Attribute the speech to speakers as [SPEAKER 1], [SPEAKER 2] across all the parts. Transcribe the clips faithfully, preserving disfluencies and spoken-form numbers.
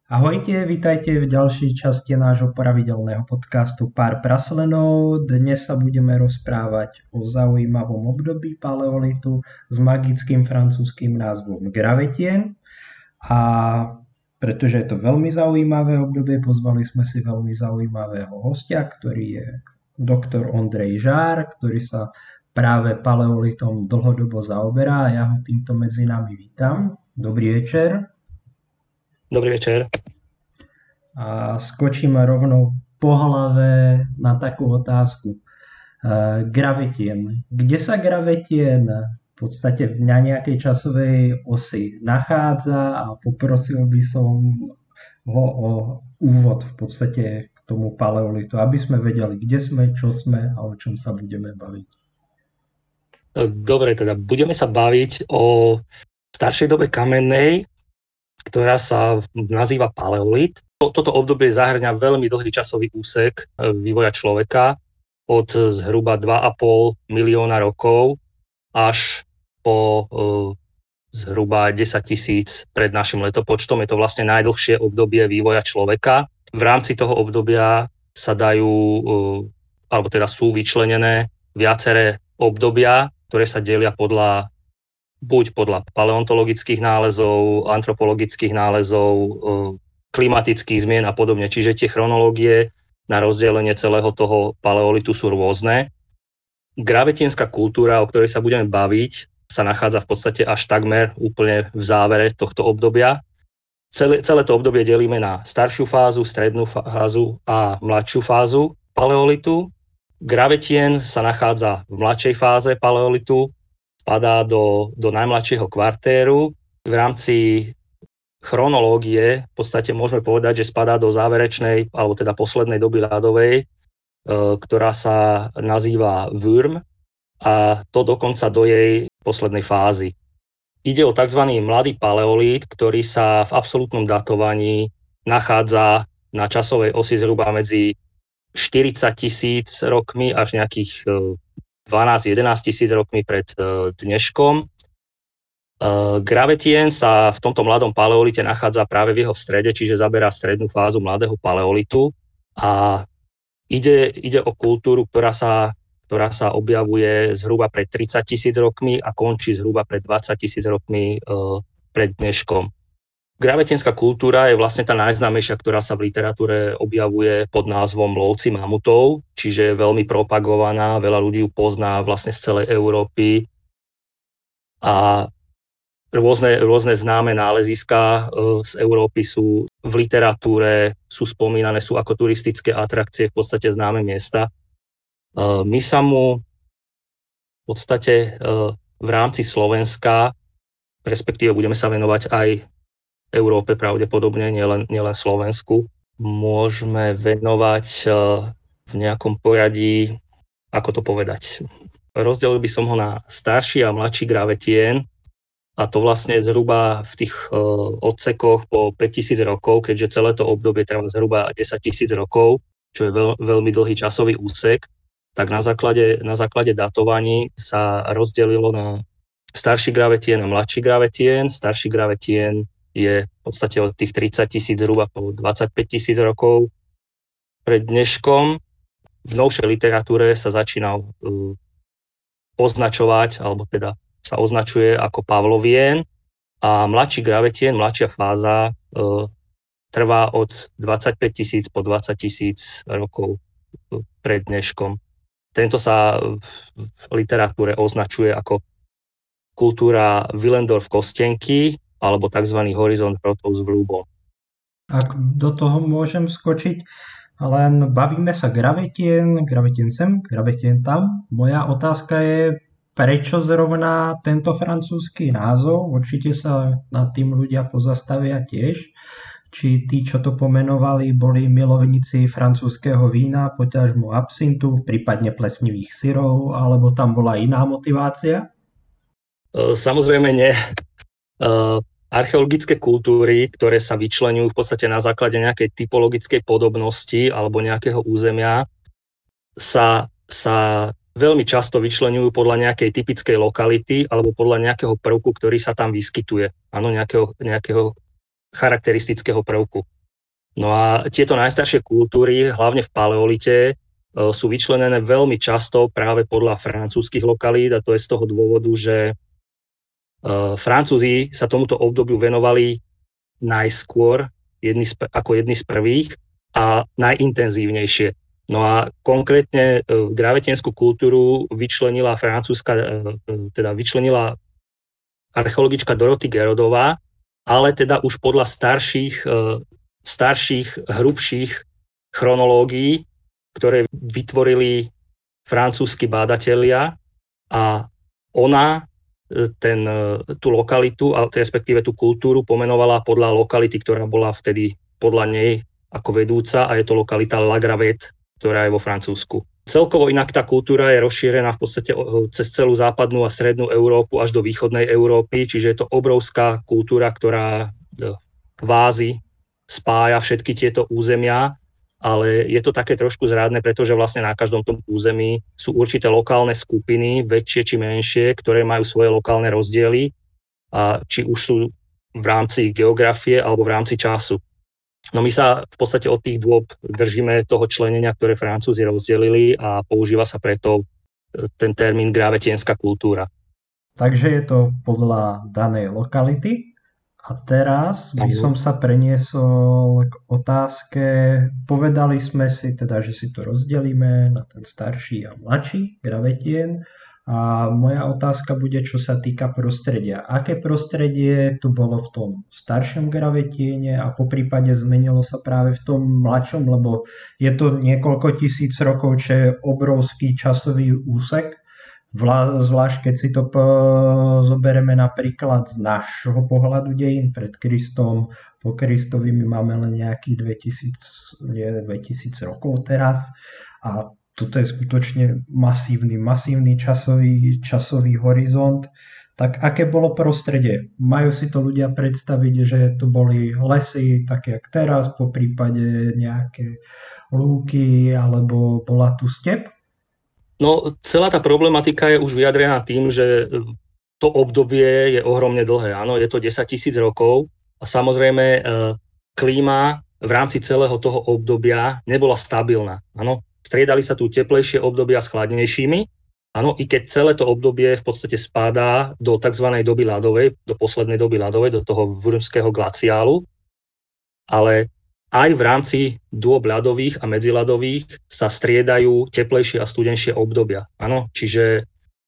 [SPEAKER 1] Ahojte, vítajte v ďalšej časti nášho pravidelného podcastu Pár praslenov. Dnes sa budeme rozprávať o zaujímavom období paleolitu s magickým francúzským názvom Gravetien. A pretože je to veľmi zaujímavé obdobie, pozvali sme si veľmi zaujímavého hostia, ktorý je doktor Ondrej Žár, ktorý sa práve paleolitom dlhodobo zaoberá a ja ho týmto medzi nami vítam. Dobrý večer.
[SPEAKER 2] Dobrý večer.
[SPEAKER 1] A skočíme rovno po hlave na takú otázku. Gravetien. Kde sa Gravetien v podstate na nejakej časovej osi nachádza a poprosil by som ho o úvod v podstate k tomu paleolitu, aby sme vedeli, kde sme, čo sme a o čom sa budeme baviť.
[SPEAKER 2] Dobre, teda budeme sa baviť o staršej dobe kamennej, ktorá sa nazýva paleolit. Toto obdobie zahŕňa veľmi dlhý časový úsek vývoja človeka od zhruba dva a pol milióna rokov až po uh, zhruba desaťtisíc pred našim letopočtom. Je to vlastne najdlhšie obdobie vývoja človeka. V rámci toho obdobia sa dajú, uh, alebo teda sú vyčlenené viaceré obdobia, ktoré sa delia podľa buď podľa paleontologických nálezov, antropologických nálezov, klimatických zmien a podobne. Čiže tie chronológie na rozdelenie celého toho paleolitu sú rôzne. Gravetienská kultúra, o ktorej sa budeme baviť, sa nachádza v podstate až takmer úplne v závere tohto obdobia. Celé, celé to obdobie delíme na staršiu fázu, strednú fázu a mladšiu fázu paleolitu. Gravetien sa nachádza v mladšej fáze paleolitu, spadá do, do najmladšieho kvartéru. V rámci chronológie v podstate môžeme povedať, že spadá do záverečnej, alebo teda poslednej doby ľadovej, e, ktorá sa nazýva Würm, a to dokonca do jej poslednej fázy. Ide o tzv. Mladý paleolít, ktorý sa v absolútnom datovaní nachádza na časovej osi zhruba medzi štyridsať tisíc rokmi až nejakých dvanásť jedenásť tisíc rokmi pred dneškom. Gravetien sa v tomto mladom paleolite nachádza práve v jeho strede, čiže zaberá strednú fázu mladého paleolitu a ide, ide o kultúru, ktorá sa, ktorá sa objavuje zhruba pred tridsať tisíc rokmi a končí zhruba pred dvadsať tisíc rokmi pred dneškom. Gravetienská kultúra je vlastne tá najznámejšia, ktorá sa v literatúre objavuje pod názvom lovci mamutov, čiže je veľmi propagovaná, veľa ľudí ju pozná vlastne z celej Európy a rôzne, rôzne známe náleziska z Európy sú v literatúre, sú spomínané, sú ako turistické atrakcie, v podstate známe miesta. My sa mu v podstate v rámci Slovenska, respektíve budeme sa venovať aj Európe pravdepodobne, nielen, nielen Slovensku, môžeme venovať v nejakom poradí, ako to povedať. Rozdelil by som ho na starší a mladší gravetien, a to vlastne zhruba v tých odsekoch po päťtisíc rokov, keďže celé to obdobie trvá zhruba desaťtisíc rokov, čo je veľ, veľmi dlhý časový úsek, tak na základe, na základe datovaní sa rozdelilo na starší gravetien a mladší gravetien. Starší gravetien je v podstate od tých tridsať tisíc zhruba po dvadsaťpäť tisíc rokov pred dneškom. V novšej literatúre sa začína uh, označovať, alebo teda sa označuje ako Pavlovien, a mladší gravetien, mladšia fáza, uh, trvá od dvadsaťpäť tisíc po dvadsať tisíc rokov uh, pred dneškom. Tento sa v literatúre označuje ako kultúra Willendorf-Kostenky, alebo tzv. Horizont hrotov s vľúbom.
[SPEAKER 1] Ak do toho môžem skočiť, len bavíme sa gravetien, gravetien sem, gravetien tam. Moja otázka je, prečo zrovna tento francúzsky názov? Určite sa nad tým ľudia pozastavia tiež. Či tí, čo to pomenovali, boli milovníci francúzskeho vína, poťažmu absintu, prípadne plesnivých syrov, alebo tam bola iná motivácia?
[SPEAKER 2] Samozrejme nie. Uh, archeologické kultúry, ktoré sa vyčleňujú v podstate na základe nejakej typologickej podobnosti alebo nejakého územia, sa, sa veľmi často vyčleňujú podľa nejakej typickej lokality alebo podľa nejakého prvku, ktorý sa tam vyskytuje. Áno, nejakého, nejakého charakteristického prvku. No a tieto najstaršie kultúry, hlavne v paleolite, sú vyčlenené veľmi často práve podľa francúzskych lokalít a to je z toho dôvodu, že Francúzi sa tomuto obdobiu venovali najskôr jedni z, ako jedni z prvých a najintenzívnejšie. No a konkrétne gravetienskú kultúru vyčlenila francúzska, teda vyčlenila archeologička Dorothy Gerodová, ale teda už podľa starších, starších, hrubších chronológií, ktoré vytvorili francúzski bádatelia a ona ten, tú lokalitu, respektíve tú kultúru pomenovala podľa lokality, ktorá bola vtedy podľa nej ako vedúca a je to lokalita La Gravette, ktorá je vo Francúzsku. Celkovo inak tá kultúra je rozšírená v podstate cez celú západnú a strednú Európu až do východnej Európy, čiže je to obrovská kultúra, ktorá vázi, spája všetky tieto územia, ale je to také trošku zrádne, pretože vlastne na každom tom území sú určité lokálne skupiny, väčšie či menšie, ktoré majú svoje lokálne rozdiely, a či už sú v rámci geografie alebo v rámci času. No my sa v podstate od tých dôb držíme toho členenia, ktoré Francúzi rozdelili a používa sa preto ten termín gravetienská kultúra.
[SPEAKER 1] Takže je to podľa danej lokality. A teraz by som sa preniesol k otázke, povedali sme si teda, že si to rozdelíme na ten starší a mladší gravetien. A moja otázka bude, čo sa týka prostredia. Aké prostredie tu bolo v tom staršom gravetiene a poprípade zmenilo sa práve v tom mladšom, lebo je to niekoľko tisíc rokov, čo je obrovský časový úsek. Zvlášť keď si to zoberieme napríklad z nášho pohľadu dejín pred Kristom, po Kristovi my máme len nejakých dvetisíc, nie, dvetisíc rokov teraz a toto je skutočne masívny, masívny časový, časový horizont. Tak aké bolo prostredie? Majú si to ľudia predstaviť, že tu boli lesy, také jak teraz, po prípade nejaké lúky, alebo bola tu step?
[SPEAKER 2] No, celá tá problematika je už vyjadrená tým, že to obdobie je ohromne dlhé. Áno, je to desaťtisíc rokov a samozrejme klíma v rámci celého toho obdobia nebola stabilná. Áno, striedali sa tu teplejšie obdobia s chladnejšími. Áno, i keď celé to obdobie v podstate spadá do tzv. Doby ľadovej, do poslednej doby ľadovej, do toho Würmského glaciálu, ale aj v rámci dôb ľadových a medziľadových sa striedajú teplejšie a studenšie obdobia. Áno, čiže e,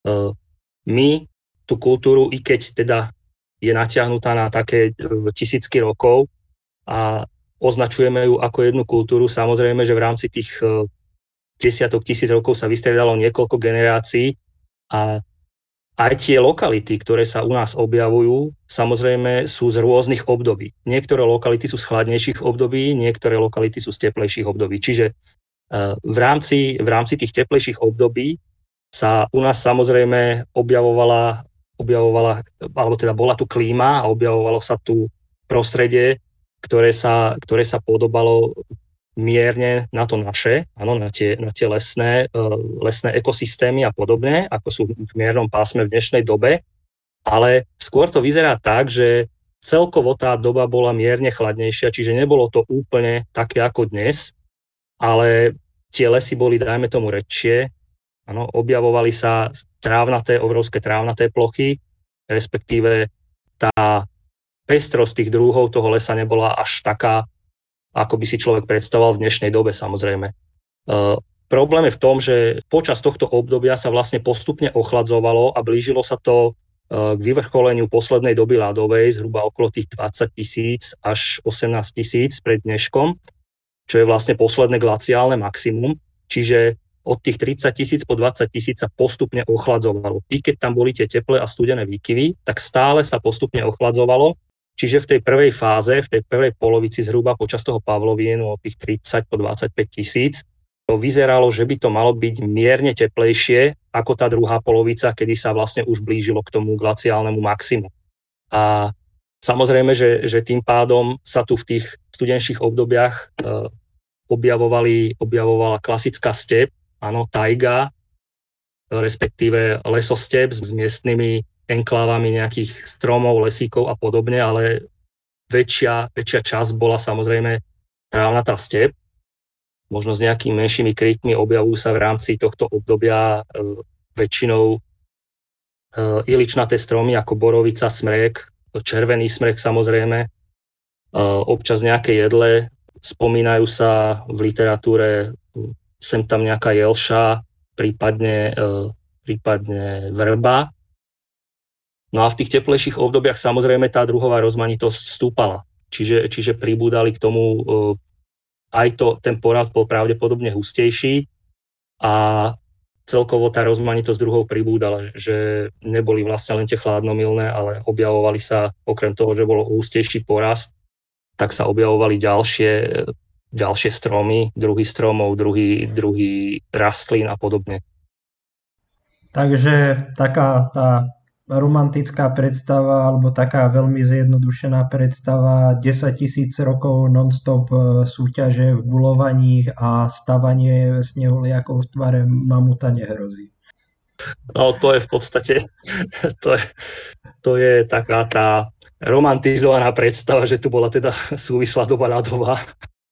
[SPEAKER 2] my tú kultúru, i keď teda je natiahnutá na také e, tisícky rokov a označujeme ju ako jednu kultúru, samozrejme, že v rámci tých e, desiatok tisíc rokov sa vystriedalo niekoľko generácií a aj tie lokality, ktoré sa u nás objavujú, samozrejme sú z rôznych období. Niektoré lokality sú z chladnejších období, niektoré lokality sú z teplejších období. Čiže v rámci, v rámci tých teplejších období sa u nás samozrejme objavovala, objavovala, alebo teda bola tu klíma a objavovalo sa tu prostredie, ktoré sa, ktoré sa podobalo mierne na to naše, áno, na tie, na tie lesné, uh, lesné ekosystémy a podobne, ako sú v miernom pásme v dnešnej dobe, ale skôr to vyzerá tak, že celkovo tá doba bola mierne chladnejšia, čiže nebolo to úplne také ako dnes, ale tie lesy boli, dajme tomu, redšie, áno, objavovali sa trávnaté, obrovské trávnaté plochy, respektíve tá pestrosť tých druhov toho lesa nebola až taká, ako by si človek predstavoval v dnešnej dobe, samozrejme. Uh, problém je v tom, že počas tohto obdobia sa vlastne postupne ochladzovalo a blížilo sa to uh, k vyvrcholeniu poslednej doby ľadovej, zhruba okolo tých dvadsať tisíc až osemnásť tisíc pred dneškom, čo je vlastne posledné glaciálne maximum. Čiže od tých tridsať tisíc po dvadsať tisíc sa postupne ochladzovalo. I keď tam boli tie teplé a studené výkyvy, tak stále sa postupne ochladzovalo. Čiže v tej prvej fáze, v tej prvej polovici zhruba počas toho Pavlovienu od tých tridsať po dvadsaťpäť tisíc, to vyzeralo, že by to malo byť mierne teplejšie ako tá druhá polovica, kedy sa vlastne už blížilo k tomu glaciálnemu maximu. A samozrejme, že, že tým pádom sa tu v tých studenších obdobiach e, objavovali, objavovala klasická step, áno, tajga, respektíve lesostep s miestnymi enklávami nejakých stromov, lesíkov a podobne, ale väčšia, väčšia časť bola samozrejme trávnatá step, možno s nejakými menšími krikmi, objavujú sa v rámci tohto obdobia e, väčšinou e, iličnaté stromy ako borovica, smrek, červený smrek samozrejme, e, občas nejaké jedle, spomínajú sa v literatúre sem tam nejaká jelša, prípadne, e, prípadne vrba. No a v tých teplejších obdobiach samozrejme tá druhová rozmanitosť stúpala. Čiže, čiže pribúdali k tomu, e, aj to, ten porast bol pravdepodobne hustejší a celkovo tá rozmanitosť druhov pribúdala, že neboli vlastne len tie chladnomilné, ale objavovali sa, okrem toho, že bol hustejší porast, tak sa objavovali ďalšie, ďalšie stromy, druhy stromov, druhy, druhy rastlín a podobne.
[SPEAKER 1] Takže taká tá romantická predstava, alebo taká veľmi zjednodušená predstava desaťtisíc rokov non-stop súťaže v bulovaní a stavanie snehuliakov v tvare mamuta nehrozí.
[SPEAKER 2] No to je v podstate, to je, to je taká tá romantizovaná predstava, že tu bola teda súvislá doba ľadová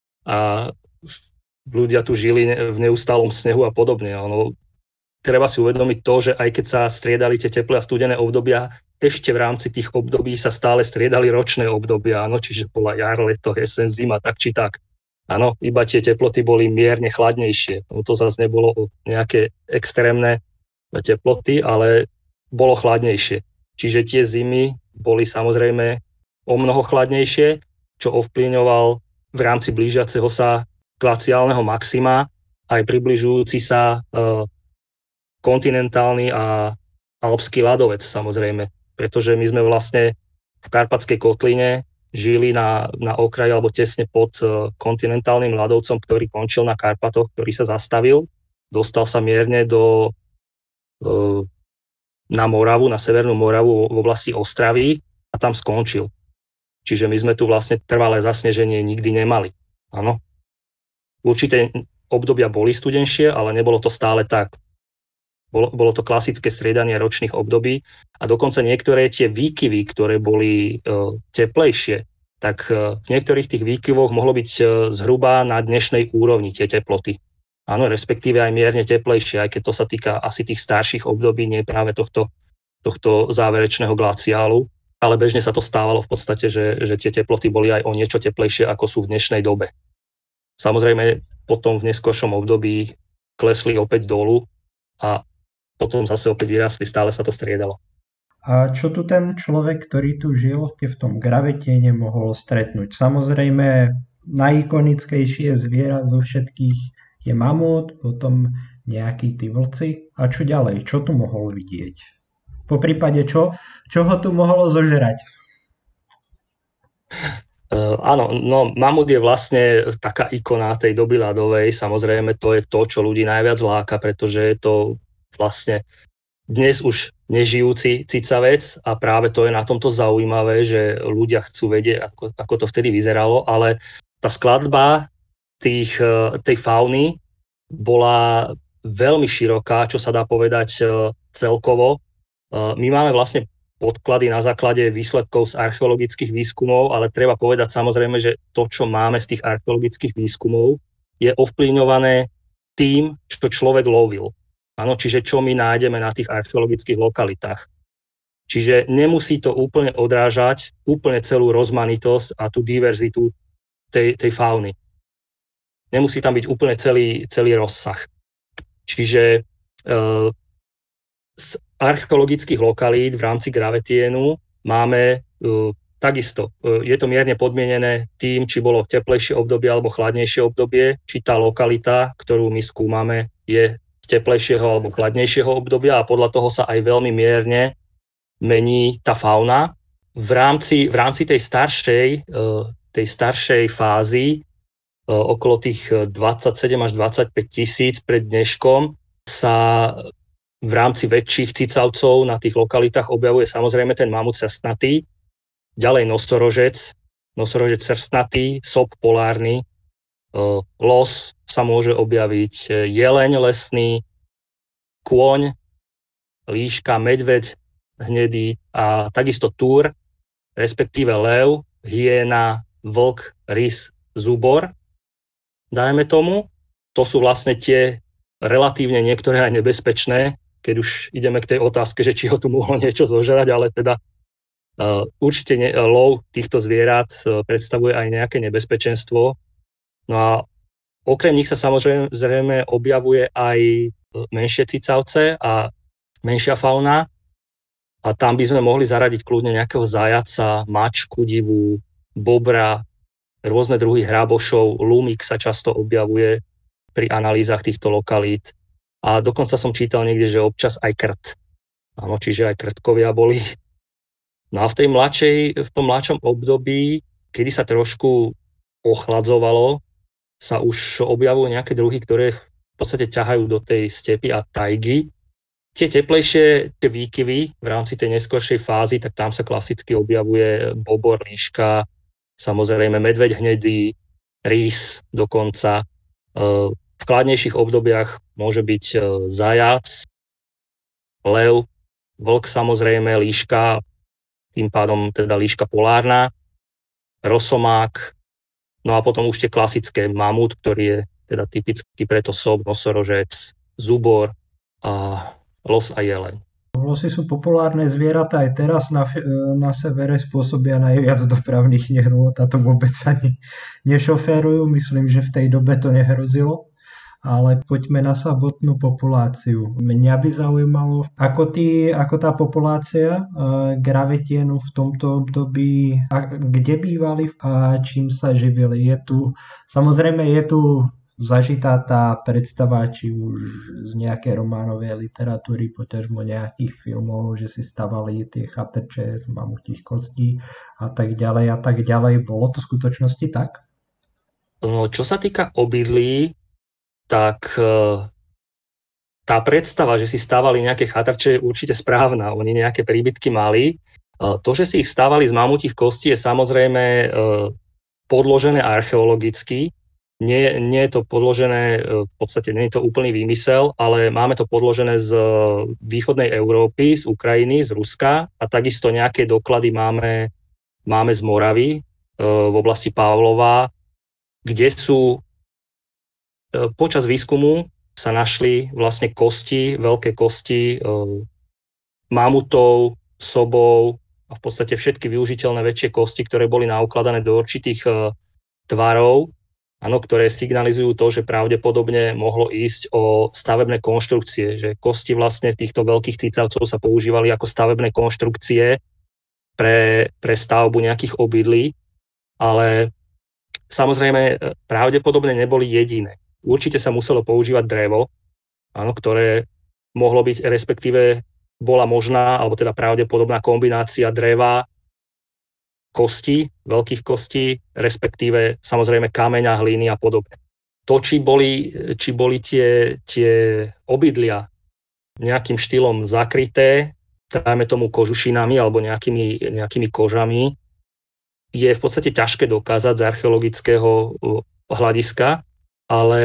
[SPEAKER 2] a ľudia tu žili v neustálom snehu a podobne. Ono, treba si uvedomiť to, že aj keď sa striedali tie teplé a studené obdobia, ešte v rámci tých období sa stále striedali ročné obdobia, áno, čiže bola jar, leto, jeseň, zima, tak či tak. Áno, iba tie teploty boli mierne chladnejšie. No, to zase nebolo nejaké extrémne teploty, ale bolo chladnejšie. Čiže tie zimy boli samozrejme o mnoho chladnejšie, čo ovplyvňoval v rámci blížiaceho sa glaciálneho maxima aj približujúci sa e, kontinentálny a alpský ľadovec samozrejme, pretože my sme vlastne v Karpatskej kotline žili na, na okraji alebo tesne pod uh, kontinentálnym ľadovcom, ktorý končil na Karpatoch, ktorý sa zastavil, dostal sa mierne do, uh, na Moravu, na Severnú Moravu v oblasti Ostravy a tam skončil. Čiže my sme tu vlastne trvalé zasneženie nikdy nemali. Áno. Určité obdobia boli studenšie, ale nebolo to stále tak. Bolo, bolo to klasické striedanie ročných období a dokonca niektoré tie výkyvy, ktoré boli uh, teplejšie, tak uh, v niektorých tých výkyvoch mohlo byť uh, zhruba na dnešnej úrovni tie teploty. Áno, respektíve aj mierne teplejšie, aj keď to sa týka asi tých starších období, nie práve tohto, tohto záverečného glaciálu, ale bežne sa to stávalo v podstate, že, že tie teploty boli aj o niečo teplejšie, ako sú v dnešnej dobe. Samozrejme, potom v neskôršom období klesli opäť dolu a potom zase opäť vyrastli, stále sa to striedalo.
[SPEAKER 1] A čo tu ten človek, ktorý tu žil v tom gravetiene, mohol stretnúť? Samozrejme, najikonickejšie zviera zo všetkých je mamut, potom nejakí tí vlci. A čo ďalej? Čo tu mohol vidieť? Po prípade, čo, čo ho tu mohlo zožrať?
[SPEAKER 2] Uh, áno, no mamut je vlastne taká ikona tej doby ľadovej. Samozrejme, to je to, čo ľudí najviac láka, pretože je to vlastne dnes už nežijúci cicavec a práve to je na tomto zaujímavé, že ľudia chcú vedieť, ako, ako to vtedy vyzeralo, ale tá skladba tých, tej fauny bola veľmi široká, čo sa dá povedať celkovo. My máme vlastne podklady na základe výsledkov z archeologických výskumov, ale treba povedať samozrejme, že to, čo máme z tých archeologických výskumov, je ovplyvňované tým, čo človek lovil. Áno, čiže čo my nájdeme na tých archeologických lokalitách. Čiže nemusí to úplne odrážať úplne celú rozmanitosť a tú diverzitu tej, tej fauny. Nemusí tam byť úplne celý, celý rozsah. Čiže e, z archeologických lokalít v rámci gravetienu máme e, takisto. E, je to mierne podmienené tým, či bolo teplejšie obdobie alebo chladnejšie obdobie, či tá lokalita, ktorú my skúmame, je teplejšieho alebo chladnejšieho obdobia a podľa toho sa aj veľmi mierne mení tá fauna. V rámci, v rámci tej staršej, tej staršej fázy, okolo tých dvadsaťsedem až dvadsaťpäť tisíc pred dneškom, sa v rámci väčších cicavcov na tých lokalitách objavuje samozrejme ten mamut srstnatý, ďalej nosorožec, nosorožec srstnatý, sob polárny, los sa môže objaviť, jeleň lesný, kôň, líška, medveď hnedý a takisto túr, respektíve lev, hyena, vlk, rys, zubor. dajme tomu. To sú vlastne tie relatívne niektoré aj nebezpečné, keď už ideme k tej otázke, že či ho tu mohlo niečo zožrať, ale teda uh, určite ne, lov týchto zvierat uh, predstavuje aj nejaké nebezpečenstvo. No a okrem nich sa samozrejme objavuje aj menšie cicavce a menšia fauna. A tam by sme mohli zaradiť kľudne nejakého zajaca, mačku divú, bobra, rôzne druhy hrábošov, lumík sa často objavuje pri analýzach týchto lokalít. A dokonca som čítal niekde, že občas aj krt. Áno, čiže aj krtkovia boli. No a v tej mladšej, v tom mladšom období, kedy sa trošku ochladzovalo, sa už objavujú nejaké druhy, ktoré v podstate ťahajú do tej stepy a tajgy. Tie teplejšie tie výkyvy v rámci tej neskoršej fázy, tak tam sa klasicky objavuje bobor, líška, samozrejme medveď hnedý, rys dokonca. V chladnejších obdobiach môže byť zajac, lev, vlk samozrejme, líška, tým pádom teda líška polárna, rosomák, no a potom už tie klasické mamut, ktorý je teda typický preto sob, nosorožec, zubor a los a jeleň.
[SPEAKER 1] Losy sú populárne zvieratá aj teraz na, na severe, spôsobia najviac dopravných nehôd a to vôbec ani nešoférujú. Myslím, že v tej dobe to nehrozilo. Ale poďme na samotnú populáciu. Mňa by zaujímalo, ako, tí, ako tá populácia uh, gravetienu v tomto období, a kde bývali a čím sa živili. Je tu, samozrejme je tu zažitá tá predstava, či už z nejakej románovej literatúry, poťažmo nejakých filmov, že si stavali tie chatrče z mamutích kostí a tak ďalej a tak ďalej. Bolo to v skutočnosti tak?
[SPEAKER 2] No, čo sa týka obydlí, tak tá predstava, že si stávali nejaké chatrče, je určite správna. Oni nejaké príbytky mali. To, že si ich stávali z mamutích kostí, je samozrejme podložené archeologicky. Nie, nie je to podložené, v podstate nie je to úplný výmysel, ale máme to podložené z východnej Európy, z Ukrajiny, z Ruska a takisto nejaké doklady máme, máme z Moravy v oblasti Pavlova, kde sú počas výskumu sa našli vlastne kosti, veľké kosti mamutov, sobov a v podstate všetky využiteľné väčšie kosti, ktoré boli naukladané do určitých tvarov, áno, ktoré signalizujú to, že pravdepodobne mohlo ísť o stavebné konštrukcie, že kosti vlastne týchto veľkých cicavcov sa používali ako stavebné konštrukcie pre, pre stavbu nejakých obydlí, ale samozrejme pravdepodobne neboli jediné. Určite sa muselo používať drevo, áno, ktoré mohlo byť, respektíve bola možná, alebo teda pravdepodobná kombinácia dreva, kosti, veľkých kostí, respektíve samozrejme kameňa, hlíny a podobne. To, či boli, či boli tie, tie obydlia nejakým štýlom zakryté, dajme tomu kožušinami alebo nejakými, nejakými kožami, je v podstate ťažké dokázať z archeologického hľadiska, ale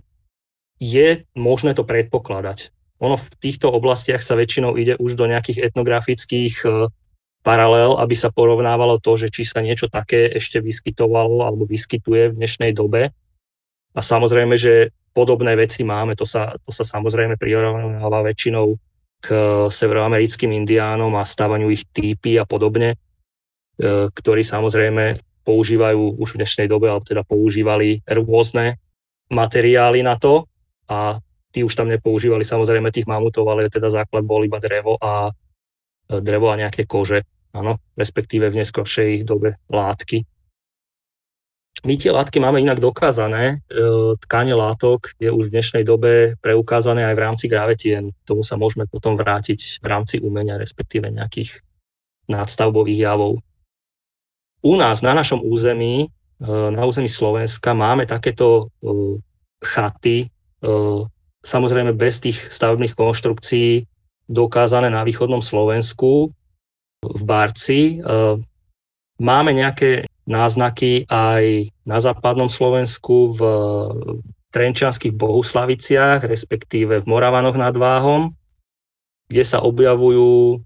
[SPEAKER 2] je možné to predpokladať. Ono v týchto oblastiach sa väčšinou ide už do nejakých etnografických paralel, aby sa porovnávalo to, že či sa niečo také ešte vyskytovalo alebo vyskytuje v dnešnej dobe. A samozrejme, že podobné veci máme, to sa, to sa samozrejme prirovnáva väčšinou k severoamerickým indiánom a stavaniu ich týpy a podobne, ktorí samozrejme používajú už v dnešnej dobe, alebo teda používali rôzne materiály na to a tí už tam nepoužívali samozrejme tých mamutov, ale teda základ bol iba drevo a drevo a nejaké kože, áno, respektíve v neskoršej dobe látky. My tie látky máme inak dokázané, tkanie látok je už v dnešnej dobe preukázané aj v rámci gravetien. Tomu sa môžeme potom vrátiť v rámci umenia, respektíve nejakých nadstavbových javov. U nás, na našom území, na území Slovenska máme takéto chaty, samozrejme bez tých stavebných konštrukcií, dokázané na východnom Slovensku, v Barci. Máme nejaké náznaky aj na západnom Slovensku, v Trenčianskych Bohuslaviciach, respektíve v Moravanoch nad Váhom, kde sa objavujú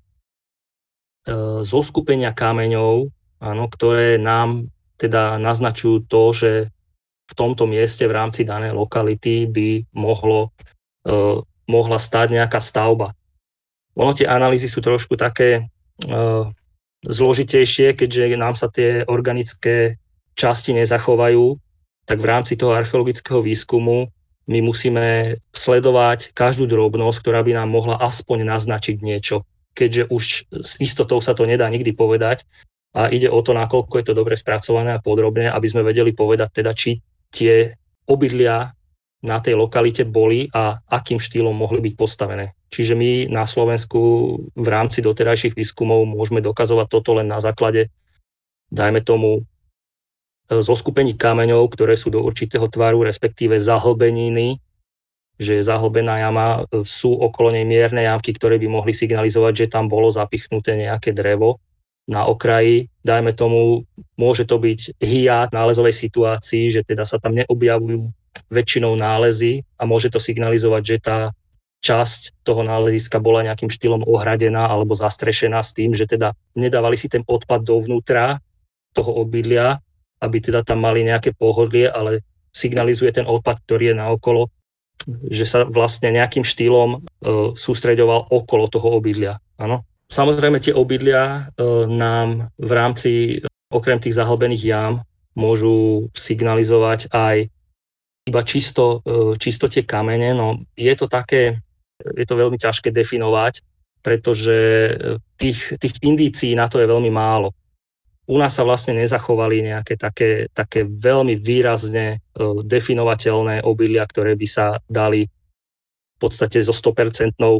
[SPEAKER 2] zoskupenia kameňov, áno, ktoré nám teda naznačujú to, že v tomto mieste v rámci danej lokality by mohlo, uh, mohla stať nejaká stavba. Ono tie analýzy sú trošku také uh, zložitejšie, keďže nám sa tie organické časti nezachovajú, tak v rámci toho archeologického výskumu my musíme sledovať každú drobnosť, ktorá by nám mohla aspoň naznačiť niečo, keďže už s istotou sa to nedá nikdy povedať a ide o to, nakoľko je to dobre spracované a podrobné, aby sme vedeli povedať teda, či tie obydlia na tej lokalite boli a akým štýlom mohli byť postavené. Čiže my na Slovensku v rámci doterajších výskumov môžeme dokazovať toto len na základe, dajme tomu, zoskupení kameňov, ktoré sú do určitého tvaru, respektíve zahlbeniny, že je zahlbená jama, sú okolo nej mierne jamky, ktoré by mohli signalizovať, že tam bolo zapichnuté nejaké drevo na okraji. Dajme tomu, môže to byť hiat nálezovej situácii, že teda sa tam neobjavujú väčšinou nálezy a môže to signalizovať, že tá časť toho náleziska bola nejakým štýlom ohradená alebo zastrešená s tým, že teda nedávali si ten odpad dovnútra toho obydlia, aby teda tam mali nejaké pohodlie, ale signalizuje ten odpad, ktorý je naokolo, že sa vlastne nejakým štýlom e, sústreďoval okolo toho obydlia. Áno. Samozrejme, tie obydlia e, nám v rámci, okrem tých zahlbených jám, môžu signalizovať aj iba čisto, e, čisto tie kamene. No, je to také, je to veľmi ťažké definovať, pretože tých, tých indícií na to je veľmi málo. U nás sa vlastne nezachovali nejaké také, také veľmi výrazne uh, definovateľné obydlia, ktoré by sa dali v podstate so sto percent uh,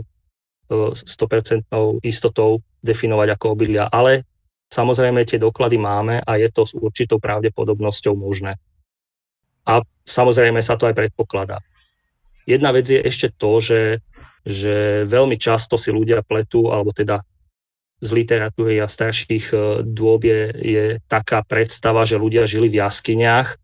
[SPEAKER 2] sto percent istotou definovať ako obydlia. Ale samozrejme tie doklady máme a je to s určitou pravdepodobnosťou možné. A samozrejme sa to aj predpokladá. Jedna vec je ešte to, že, že veľmi často si ľudia pletú, alebo teda z literatúry a starších dôb je, je taká predstava, že ľudia žili v jaskyniach.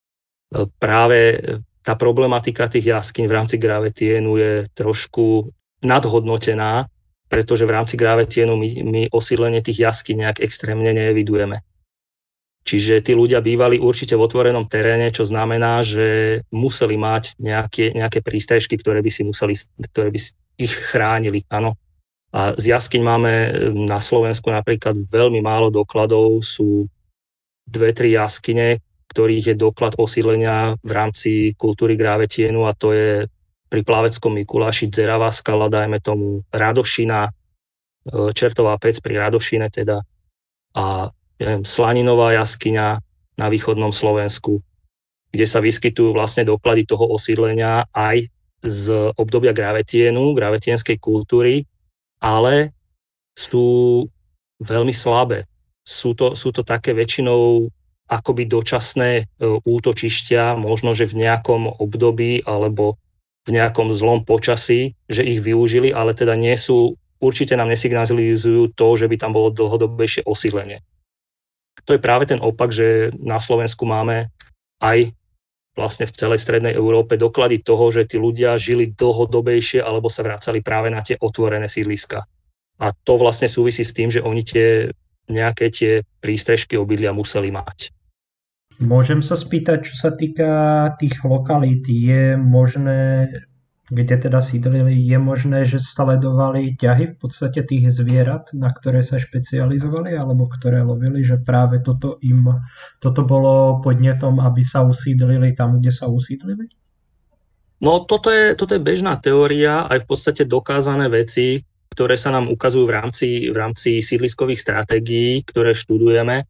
[SPEAKER 2] Práve tá problematika tých jaskyň v rámci gravetienu je trošku nadhodnotená, pretože v rámci gravetienu my, my osídlenie tých jaskyň nejak extrémne neevidujeme. Čiže tí ľudia bývali určite v otvorenom teréne, čo znamená, že museli mať nejaké, nejaké prístrežky, ktoré by si museli, ktoré by ich chránili. Áno. A z jaskyň máme na Slovensku napríklad veľmi málo dokladov, sú dve, tri jaskyne, ktorých je doklad osídlenia v rámci kultúry gravetienu a to je pri Plaveckom Mikuláši Dzeravá skala, dajme tomu Radošina, Čertová pec pri Radošine teda a neviem, Slaninová jaskyňa na východnom Slovensku, kde sa vyskytujú vlastne doklady toho osídlenia aj z obdobia gravetienu, gravetienskej kultúry, ale sú veľmi slabé. Sú to, sú to také väčšinou akoby dočasné e, útočištia, možno, že v nejakom období alebo v nejakom zlom počasí, že ich využili, ale teda nie sú, určite nám nesignalizujú to, že by tam bolo dlhodobejšie osídlenie. To je práve ten opak, že na Slovensku máme aj vlastne v celej strednej Európe doklady toho, že tí ľudia žili dlhodobejšie alebo sa vracali práve na tie otvorené sídliska. A to vlastne súvisí s tým, že oni tie nejaké tie prístrežky obydlia museli mať.
[SPEAKER 1] Môžem sa spýtať, čo sa týka tých lokalít, je možné, kde teda sídlili, je možné, že sledovali ťahy v podstate tých zvierat, na ktoré sa špecializovali, alebo ktoré lovili, že práve toto im, toto bolo podnetom, aby sa usídlili tam, kde sa usídlili?
[SPEAKER 2] No toto je, toto je bežná teória, aj v podstate dokázané veci, ktoré sa nám ukazujú v rámci, v rámci sídliskových stratégií, ktoré študujeme,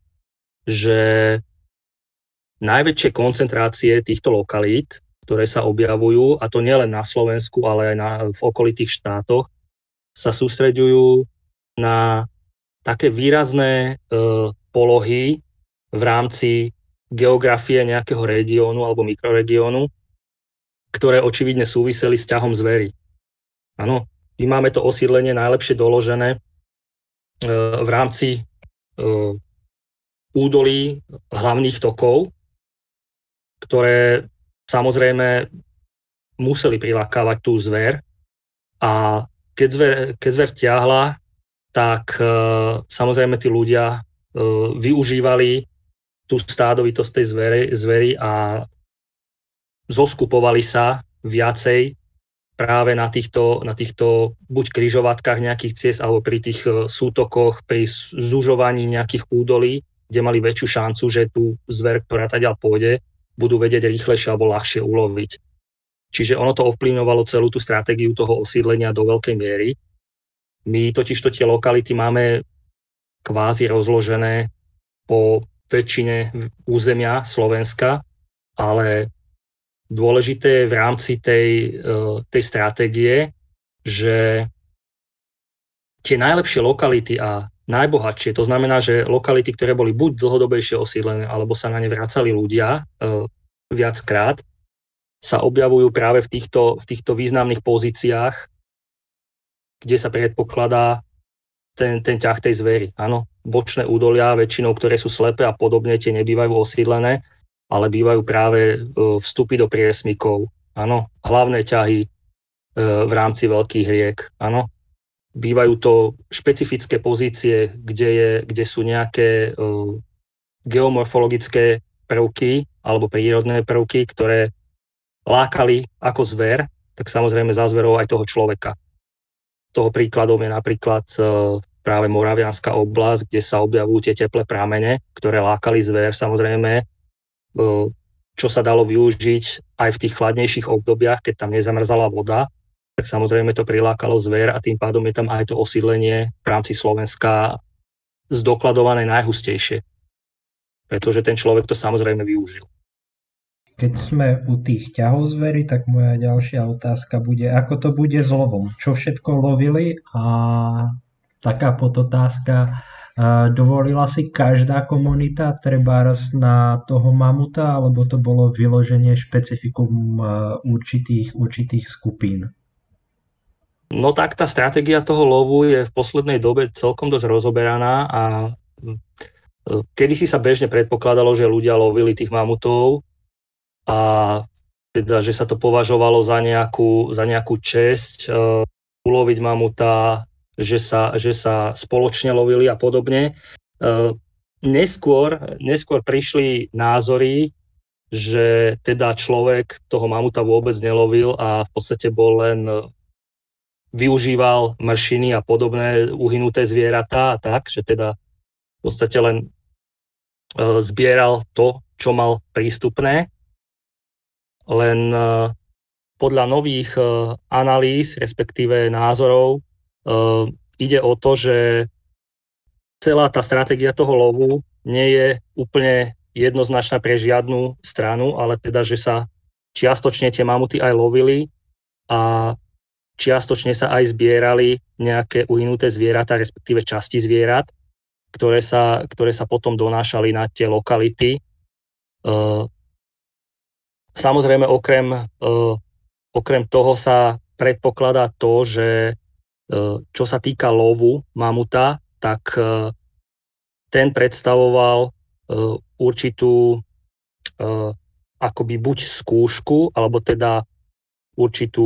[SPEAKER 2] že najväčšie koncentrácie týchto lokalít, ktoré sa objavujú, a to nielen na Slovensku, ale aj na, v okolitých štátoch, sa sústreďujú na také výrazné e, polohy v rámci geografie nejakého regiónu alebo mikroregiónu, ktoré očividne súviseli s ťahom zverí. Áno, my máme to osídlenie najlepšie doložené e, v rámci e, údolí hlavných tokov, ktoré samozrejme museli prilákavať tú zver a keď zver, keď zver ťahla, tak e, samozrejme tí ľudia e, využívali tú stádovitosť tej zvery, zvery a zoskupovali sa viacej práve na týchto, na týchto buď križovatkách nejakých ciest, alebo pri tých sútokoch, pri zužovaní nejakých údolí, kde mali väčšiu šancu, že tú zver, ktorá tadiaľ pôjde, budú vedieť rýchlejšie alebo ľahšie uloviť. Čiže ono to ovplyvňovalo celú tú stratégiu toho osídlenia do veľkej miery. My totižto tie lokality máme kvázi rozložené po väčšine územia Slovenska, ale dôležité je v rámci tej, tej stratégie, že tie najlepšie lokality a najbohatšie, to znamená, že lokality, ktoré boli buď dlhodobejšie osídlené, alebo sa na ne vracali ľudia viackrát, sa objavujú práve v týchto, v týchto významných pozíciách, kde sa predpokladá ten, ten ťah tej zvery. Áno, bočné údolia, väčšinou, ktoré sú slepé a podobne, tie nebývajú osídlené, ale bývajú práve vstupy do priesmykov, áno, hlavné ťahy v rámci veľkých riek, áno. Bývajú to špecifické pozície, kde, je, kde sú nejaké uh, geomorfologické prvky alebo prírodné prvky, ktoré lákali ako zver, tak samozrejme za zverou aj toho človeka. Toho príkladom je napríklad uh, práve Moravianská oblasť, kde sa objavujú tie teplé pramene, ktoré lákali zver, samozrejme, čo sa dalo využiť aj v tých chladnejších obdobiach, keď tam nezamrzala voda, tak samozrejme to prilákalo zver a tým pádom je tam aj to osídlenie v rámci Slovenska zdokladované najhustejšie. Pretože ten človek to samozrejme využil.
[SPEAKER 1] Keď sme u tých ťahov zvery, tak moja ďalšia otázka bude, ako to bude s lovom? Čo všetko lovili? A taká podotázka, dovolila si každá komunita trebárs na toho mamuta, alebo to bolo vyloženie špecifikum určitých, určitých skupín?
[SPEAKER 2] No tak tá stratégia toho lovu je v poslednej dobe celkom dosť rozoberaná a kedysi sa bežne predpokladalo, že ľudia lovili tých mamutov a teda, že sa to považovalo za nejakú, za nejakú česť uh, uloviť mamuta, že sa, že sa spoločne lovili a podobne. Neskôr, neskôr prišli názory, že teda človek toho mamuta vôbec nelovil a v podstate bol len využíval mršiny a podobné uhynuté zvieratá a tak, že teda v podstate len zbieral to, čo mal prístupné. Len podľa nových analýz, respektíve názorov, Uh, ide o to, že celá tá stratégia toho lovu nie je úplne jednoznačná pre žiadnu stranu, ale teda, že sa čiastočne tie mamuty aj lovili a čiastočne sa aj zbierali nejaké uhynuté zvieratá, respektíve časti zvierat, ktoré sa, ktoré sa potom donášali na tie lokality. Uh, samozrejme, okrem, uh, okrem toho sa predpokladá to, že čo sa týka lovu mamuta, tak ten predstavoval určitú akoby buď skúšku, alebo teda určitú,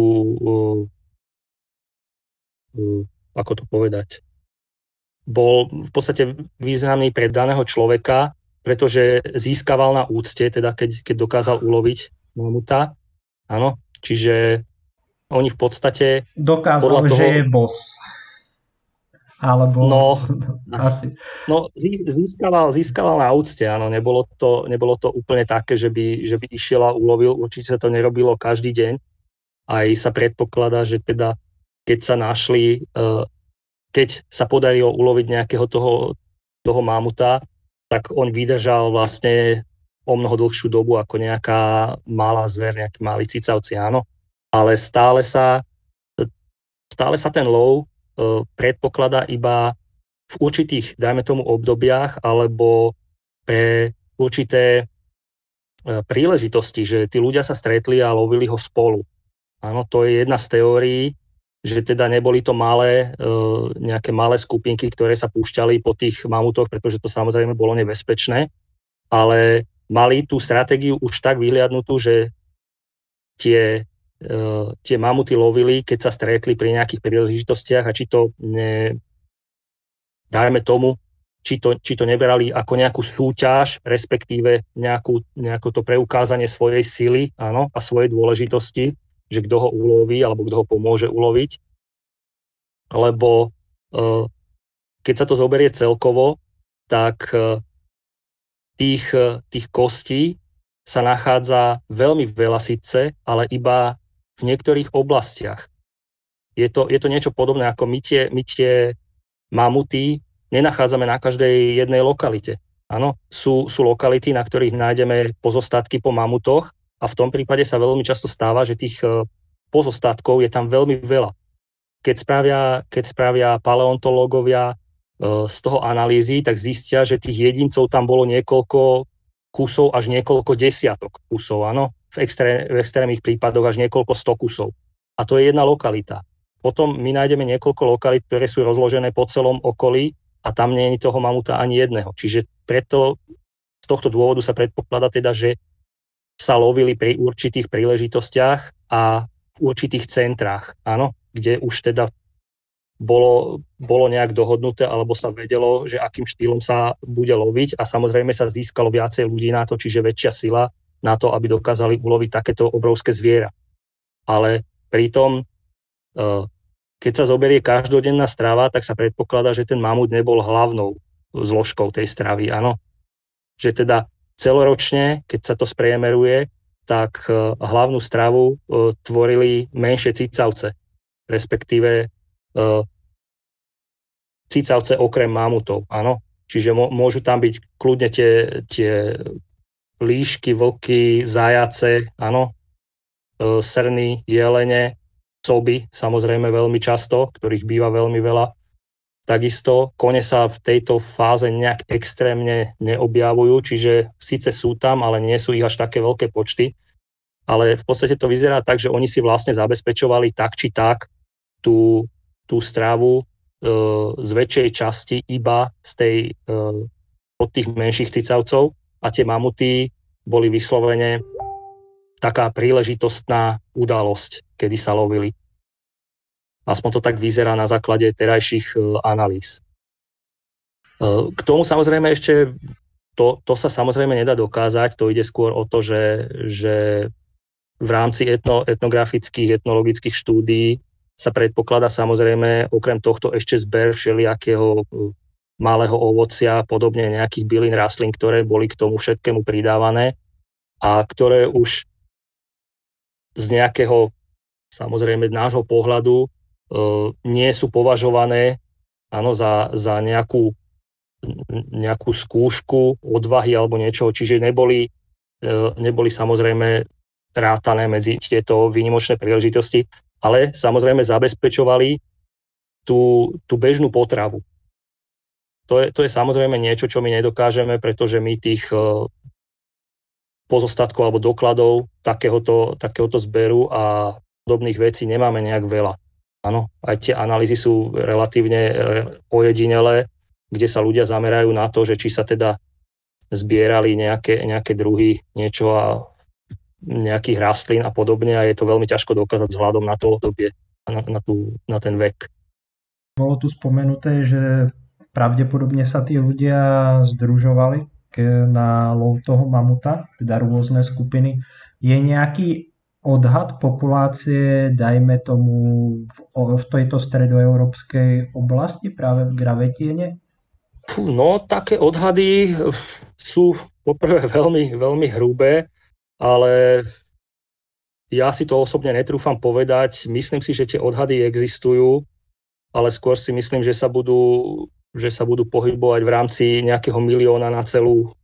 [SPEAKER 2] ako to povedať, bol v podstate významný pre daného človeka, pretože získaval na úcte, teda keď, keď dokázal uloviť mamuta. Áno, čiže oni v podstate
[SPEAKER 1] dokázal, podľa toho, že je boss. Alebo
[SPEAKER 2] no,
[SPEAKER 1] asi.
[SPEAKER 2] No, získaval, získaval na úcte, áno. Nebolo to, nebolo to úplne také, že by, že by išiel a ulovil. Určite sa to nerobilo každý deň. Aj sa predpokladá, že teda, keď sa našli, keď sa podarilo uloviť nejakého toho, toho mamuta, tak on vydržal vlastne o mnoho dlhšiu dobu ako nejaká malá zver, nejakí malí cicavci, áno. Ale stále sa, stále sa ten lov uh, predpokladá iba v určitých, dajme tomu, obdobiach alebo pre určité uh, príležitosti, že tí ľudia sa stretli a lovili ho spolu. Áno, to je jedna z teórií, že teda neboli to malé, uh, nejaké malé skupinky, ktoré sa púšťali po tých mamutoch, pretože to samozrejme bolo nebezpečné, ale mali tú stratégiu už tak vyhliadnutú, že tie Uh, tie mamuty lovili, keď sa stretli pri nejakých príležitostiach a či to ne, dajme tomu, či to, či to neberali ako nejakú súťaž, respektíve nejakú, nejakú to preukázanie svojej sily, áno, a svojej dôležitosti, že kto ho uloví alebo kto ho pomôže uloviť. Lebo uh, keď sa to zoberie celkovo, tak uh, tých, uh, tých kostí sa nachádza veľmi veľa síce, ale iba v niektorých oblastiach. Je to, je to niečo podobné, ako my tie, my tie mamuty nenachádzame na každej jednej lokalite. Áno, sú, sú lokality, na ktorých nájdeme pozostatky po mamutoch a v tom prípade sa veľmi často stáva, že tých pozostatkov je tam veľmi veľa. Keď spravia, keď spravia paleontológovia z toho analýzy, tak zistia, že tých jedincov tam bolo niekoľko kusov až niekoľko desiatok kusov, áno, v, extré, v extrémnych prípadoch až niekoľko sto kusov. A to je jedna lokalita. Potom my nájdeme niekoľko lokalít, ktoré sú rozložené po celom okolí a tam nie je toho mamuta ani jedného. Čiže preto z tohto dôvodu sa predpokladá teda, že sa lovili pri určitých príležitostiach a v určitých centrách, áno, kde už teda bolo, bolo nejak dohodnuté alebo sa vedelo, že akým štýlom sa bude loviť a samozrejme sa získalo viacej ľudí na to, čiže väčšia sila na to, aby dokázali uloviť takéto obrovské zviera. Ale pritom, keď sa zoberie každodenná strava, tak sa predpokladá, že ten mamut nebol hlavnou zložkou tej stravy, áno. Že teda celoročne, keď sa to spriemeruje, tak hlavnú stravu tvorili menšie cicavce, respektíve cicavce okrem mamutov, áno. Čiže môžu tam byť kľudne tie, tie líšky, vlky, zajace, áno, srny, jelene, soby, samozrejme veľmi často, ktorých býva veľmi veľa. Takisto kone sa v tejto fáze nejak extrémne neobjavujú, čiže síce sú tam, ale nie sú ich až také veľké počty, ale v podstate to vyzerá tak, že oni si vlastne zabezpečovali tak či tak tú tú stravu e, z väčšej časti iba z tej, e, od tých menších cicavcov a tie mamuty boli vyslovene taká príležitostná udalosť, kedy sa lovili. Aspoň to tak vyzerá na základe terajších e, analýz. E, k tomu samozrejme ešte, to, to sa samozrejme nedá dokázať, to ide skôr o to, že, že v rámci etno, etnografických, etnologických štúdií sa predpokladá samozrejme okrem tohto ešte zber všelijakého malého ovocia, podobne nejakých bylín rastlín, ktoré boli k tomu všetkému pridávané a ktoré už z nejakého, samozrejme nášho pohľadu, e, nie sú považované áno, za, za nejakú, nejakú skúšku odvahy alebo niečoho, čiže neboli, e, neboli samozrejme rátané medzi tieto výnimočné príležitosti, ale samozrejme zabezpečovali tú, tú bežnú potravu. To je, to je samozrejme niečo, čo my nedokážeme, pretože my tých uh, pozostatkov alebo dokladov takéhoto, takéhoto zberu a podobných vecí nemáme nejak veľa. Áno, aj tie analýzy sú relatívne ojedinelé, kde sa ľudia zamerajú na to, že či sa teda zbierali nejaké, nejaké druhy, niečo a nejakých rastlín a podobne a je to veľmi ťažko dokázať vzhľadom na to obdobie, na, na, tú, na ten vek.
[SPEAKER 1] Bolo tu spomenuté, že pravdepodobne sa tí ľudia združovali na lov toho mamuta, teda rôzne skupiny. Je nejaký odhad populácie, dajme tomu v, v tejto stredoeurópskej oblasti, práve v Gravetiene?
[SPEAKER 2] No, také odhady sú poprvé veľmi, veľmi hrubé, ale ja si to osobne netrúfam povedať. Myslím si, že tie odhady existujú, ale skôr si myslím, že sa budú, že sa budú pohybovať v rámci nejakého milióna na celú,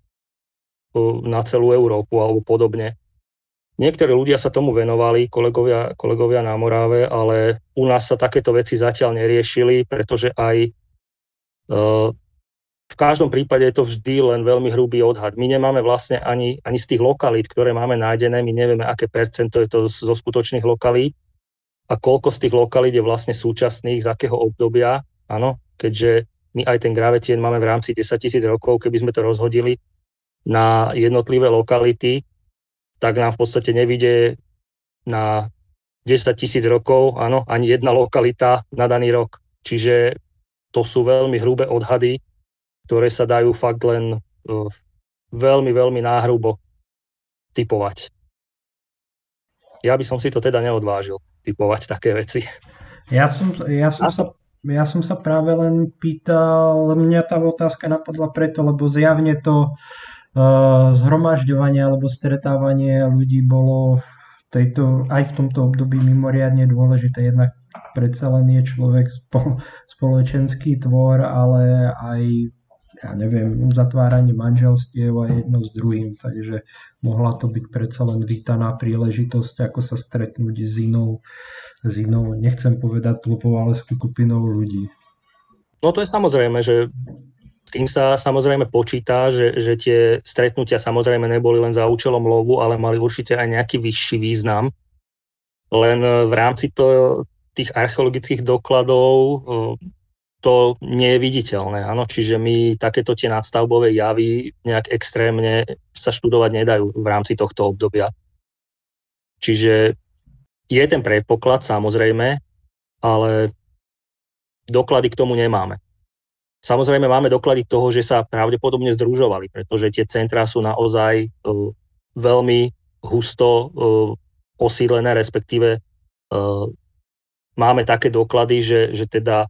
[SPEAKER 2] na celú Európu alebo podobne. Niektorí ľudia sa tomu venovali, kolegovia, kolegovia na Morave, ale u nás sa takéto veci zatiaľ neriešili, pretože aj uh, v každom prípade je to vždy len veľmi hrubý odhad. My nemáme vlastne ani, ani z tých lokalít, ktoré máme nájdené, my nevieme, aké percento je to zo skutočných lokalít a koľko z tých lokalít je vlastne súčasných, z akého obdobia. Áno, keďže my aj ten Gravetien máme v rámci desaťtisíc rokov, keby sme to rozhodili na jednotlivé lokality, tak nám v podstate nevyjde na desaťtisíc rokov, áno, ani jedna lokalita na daný rok. Čiže to sú veľmi hrubé odhady, ktoré sa dajú fakt len uh, veľmi, veľmi náhrubo typovať. Ja by som si to teda neodvážil typovať také veci.
[SPEAKER 1] Ja som, ja som, sa, ja som sa práve len pýtal, mňa tá otázka napadla preto, lebo zjavne to uh, zhromažďovanie alebo stretávanie ľudí bolo v tejto, aj v tomto období mimoriadne dôležité. Jednak predsa len je človek spolo, spoločenský tvor, ale aj ja neviem, uzatváranie manželstiev a jedno s druhým, takže mohla to byť predsa len vítaná príležitosť, ako sa stretnúť s inou, s inou, nechcem povedať tlupou, ale skupinou ľudí.
[SPEAKER 2] No to je samozrejme, že s tým sa samozrejme počíta, že, že tie stretnutia samozrejme neboli len za účelom lovu, ale mali určite aj nejaký vyšší význam. Len v rámci to, tých archeologických dokladov to nie je viditeľné. Áno? Čiže my takéto tie nadstavbové javy nejak extrémne sa študovať nedajú v rámci tohto obdobia. Čiže je ten predpoklad samozrejme, ale doklady k tomu nemáme. Samozrejme máme doklady toho, že sa pravdepodobne združovali, pretože tie centrá sú naozaj uh, veľmi husto uh, osídlené, respektíve uh, máme také doklady, že, že teda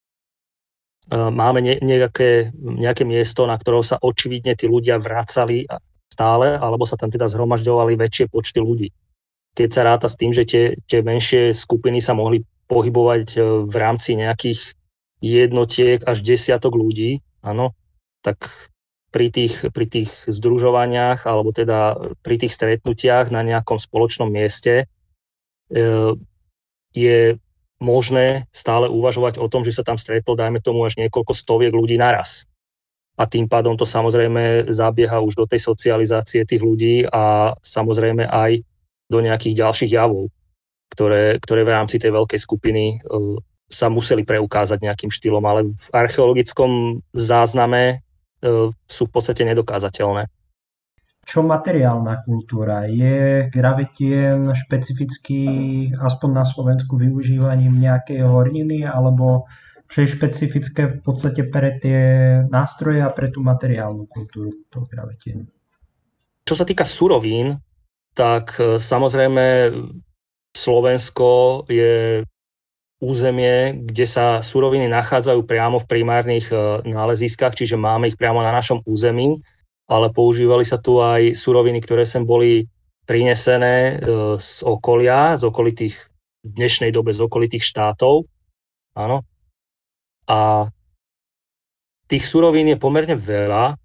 [SPEAKER 2] máme nejaké, nejaké miesto, na ktorého sa očividne tí ľudia vracali stále, alebo sa tam teda zhromažďovali väčšie počty ľudí. Keď sa ráta s tým, že tie, tie menšie skupiny sa mohli pohybovať v rámci nejakých jednotiek až desiatok ľudí, áno, tak pri tých, pri tých združovaniach, alebo teda pri tých stretnutiach na nejakom spoločnom mieste je možné stále uvažovať o tom, že sa tam stretlo, dajme tomu, až niekoľko stoviek ľudí naraz. A tým pádom to samozrejme zabieha už do tej socializácie tých ľudí a samozrejme aj do nejakých ďalších javov, ktoré, ktoré v rámci tej veľkej skupiny uh, sa museli preukázať nejakým štýlom, ale v archeologickom zázname uh, sú v podstate nedokázateľné.
[SPEAKER 1] Čo materiálna kultúra? Je gravitien špecificky aspoň na Slovensku využívaním nejakej horniny, alebo čo je špecifické v podstate pre tie nástroje a pre tú materiálnu kultúru toho gravitienu?
[SPEAKER 2] Čo sa týka surovín, tak samozrejme Slovensko je územie, kde sa suroviny nachádzajú priamo v primárnych náleziskách, čiže máme ich priamo na našom území, ale používali sa tu aj suroviny, ktoré sem boli prinesené z okolia, z okolitých, v dnešnej dobe z okolitých štátov. Áno. A tých surovín je pomerne veľa.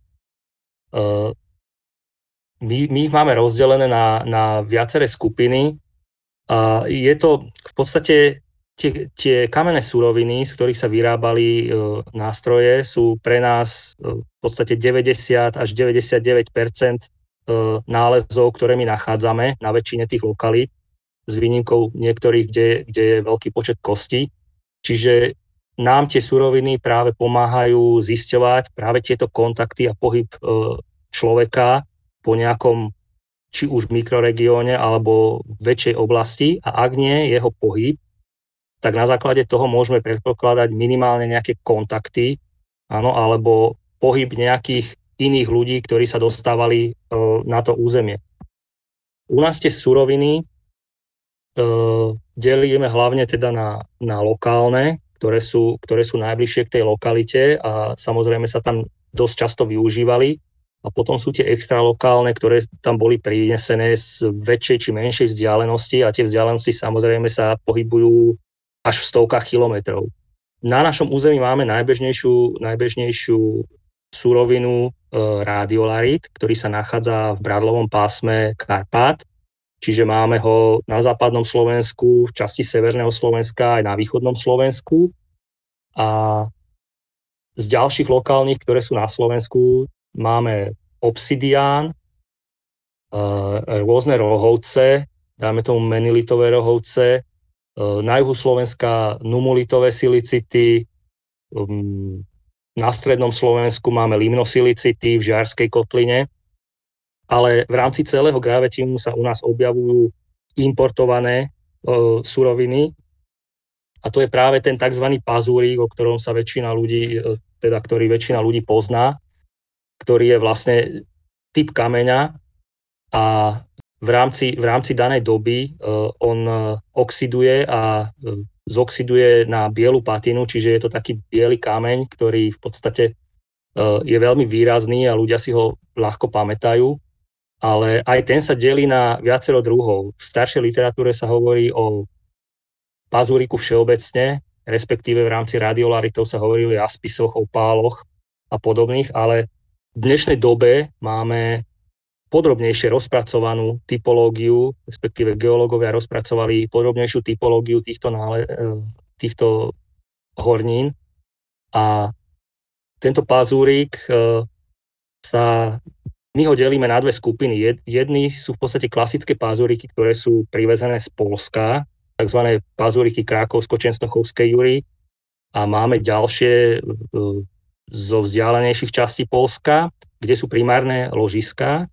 [SPEAKER 2] My, my ich máme rozdelené na, na viaceré skupiny. A je to v podstate tie, tie kamenné suroviny, z ktorých sa vyrábali e, nástroje, sú pre nás e, v podstate deväťdesiat až deväťdesiatdeväť percent e, nálezov, ktoré my nachádzame na väčšine tých lokalít, s výnimkou niektorých, kde, kde je veľký počet kostí. Čiže nám tie suroviny práve pomáhajú zisťovať práve tieto kontakty a pohyb e, človeka po nejakom či už mikroregióne alebo väčšej oblasti, a ak nie jeho pohyb, tak na základe toho môžeme predpokladať minimálne nejaké kontakty, áno, alebo pohyb nejakých iných ľudí, ktorí sa dostávali e, na to územie. U nás tie suroviny e, delíme hlavne teda na, na lokálne, ktoré sú, ktoré sú najbližšie k tej lokalite a samozrejme sa tam dosť často využívali. A potom sú tie extralokálne, ktoré tam boli prinesené z väčšej či menšej vzdialenosti, a tie vzdialenosti samozrejme sa pohybujú až v stovkách kilometrov. Na našom území máme najbežnejšiu, najbežnejšiu surovinu e, radiolarit, ktorý sa nachádza v bradlovom pásme Karpát, čiže máme ho na západnom Slovensku, v časti severného Slovenska aj na východnom Slovensku. A z ďalších lokálnych, ktoré sú na Slovensku, máme obsidián, e, rôzne rohovce, dáme tomu menilitové rohovce, na juhu Slovenska numulitové silicity, na strednom Slovensku máme limnosilicity v Žiarskej kotline, ale v rámci celého gravetínu sa u nás objavujú importované e, suroviny, a to je práve ten tzv. Pazúrik, o ktorom sa väčšina ľudí e, teda ktorý väčšina ľudí pozná, ktorý je vlastne typ kameňa a v rámci, v rámci danej doby uh, on uh, oxiduje a uh, zoxiduje na bielu patinu, čiže je to taký biely kameň, ktorý v podstate uh, je veľmi výrazný a ľudia si ho ľahko pamätajú, ale aj ten sa delí na viacero druhov. V staršej literatúre sa hovorí o pazúriku všeobecne, respektíve v rámci radiolaritov sa hovorí o jaspisoch, opáloch a podobných, ale v dnešnej dobe máme podrobnejšie rozpracovanú typológiu, respektíve geológovia rozpracovali podrobnejšiu typológiu týchto, nále, týchto hornín a tento pazúrik sa, my ho delíme na dve skupiny. Jedni sú v podstate klasické pazúriky, ktoré sú privezené z Poľska, takzvané pazúriky Krákovsko-Čenstochovskej jury a máme ďalšie zo vzdialenejších častí Poľska, kde sú primárne ložiská.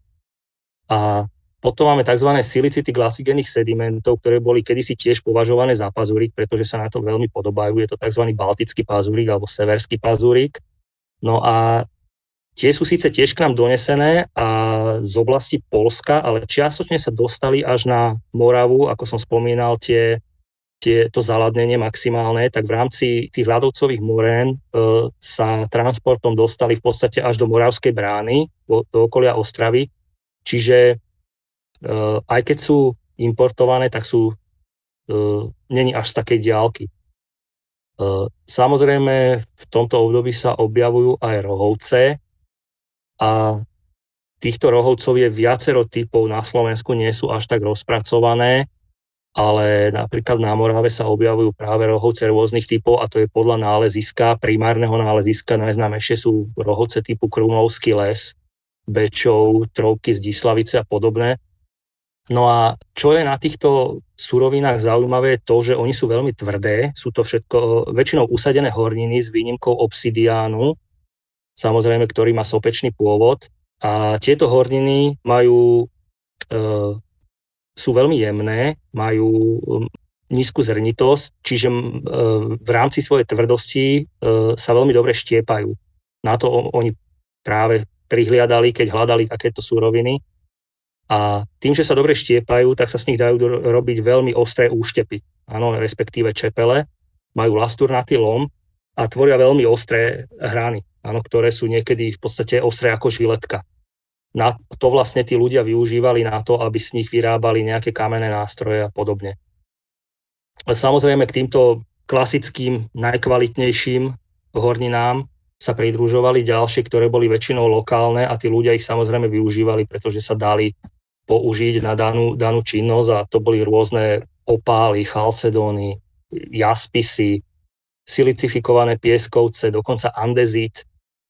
[SPEAKER 2] A potom máme tzv. Silicity glasigénnych sedimentov, ktoré boli kedysi tiež považované za pazúrik, pretože sa na to veľmi podobajú. Je to tzv. Baltický pazúrik alebo severský pazúrik. No a tie sú síce tiež k nám donesené a z oblasti Poľska, ale čiastočne sa dostali až na Moravu, ako som spomínal, tie, tie, to zaladnenie maximálne, tak v rámci tých ľadovcových morén e, sa transportom dostali v podstate až do Moravskej brány, do, do okolia Ostravy. Čiže uh, aj keď sú importované, tak sú uh, není až z takej diaľky. Uh, samozrejme, v tomto období sa objavujú aj rohovce a týchto rohovcov je viacero typov. Na Slovensku nie sú až tak rozpracované, ale napríklad na Morave sa objavujú práve rohovce rôznych typov a to je podľa náleziska, primárneho náleziska. Najznámejšie sú rohovce typu Krumlovský les, Bečov, Trovky z Dislavice a podobné. No a čo je na týchto surovinách zaujímavé je to, že oni sú veľmi tvrdé, sú to všetko väčšinou usadené horniny s výnimkou obsidiánu, samozrejme, ktorý má sopečný pôvod. A tieto horniny majú, e, sú veľmi jemné, majú nízku zrnitosť, čiže e, v rámci svojej tvrdosti e, sa veľmi dobre štiepajú. Na to oni práve prihliadali, keď hľadali takéto suroviny. A tým, že sa dobre štiepajú, tak sa z nich dajú robiť veľmi ostré úštepy, áno, respektíve čepele. Majú lasturnatý lom a tvoria veľmi ostré hrany, áno, ktoré sú niekedy v podstate ostré ako žiletka. Na to vlastne tí ľudia využívali na to, aby z nich vyrábali nejaké kamenné nástroje a podobne. Ale samozrejme k týmto klasickým, najkvalitnejším horninám sa pridružovali ďalšie, ktoré boli väčšinou lokálne a tí ľudia ich samozrejme využívali, pretože sa dali použiť na danú, danú činnosť a to boli rôzne opály, chalcedóny, jaspisy, silicifikované pieskovce, dokonca andezit,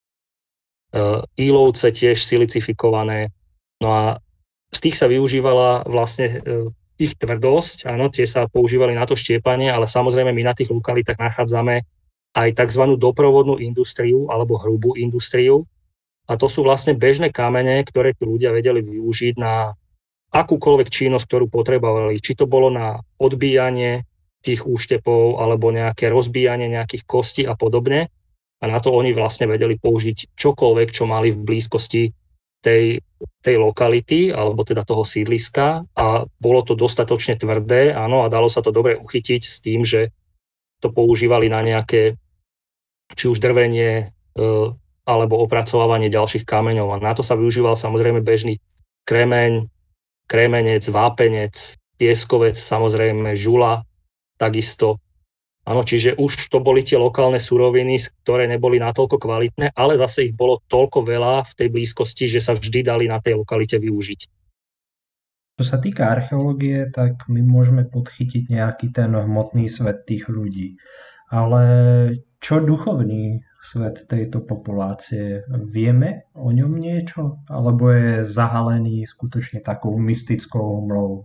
[SPEAKER 2] uh, ílovce tiež silicifikované. No a z tých sa využívala vlastne uh, ich tvrdosť, áno, tie sa používali na to štiepanie, ale samozrejme my na tých lokalitách nachádzame aj tzv. Doprovodnú industriu alebo hrubú industriu. A to sú vlastne bežné kamene, ktoré tí ľudia vedeli využiť na akúkoľvek činnosť, ktorú potrebovali. Či to bolo na odbíjanie tých úštepov alebo nejaké rozbíjanie nejakých kostí a podobne. A na to oni vlastne vedeli použiť čokoľvek, čo mali v blízkosti tej, tej lokality alebo teda toho sídliska. A bolo to dostatočne tvrdé, áno, a dalo sa to dobre uchytiť s tým, že to používali na nejaké, či už drvenie e, alebo opracovávanie ďalších kameňov. A na to sa využíval samozrejme bežný kremeň, kremenec, vápenec, pieskovec, samozrejme žula, takisto. Áno, čiže už to boli tie lokálne suroviny, ktoré neboli natoľko kvalitné, ale zase ich bolo toľko veľa v tej blízkosti, že sa vždy dali na tej lokalite využiť.
[SPEAKER 1] Čo sa týka archeológie, tak my môžeme podchytiť nejaký ten hmotný svet tých ľudí. Ale čo duchovný svet tejto populácie? Vieme o ňom niečo? Alebo je zahalený skutočne takou mystickou mlou?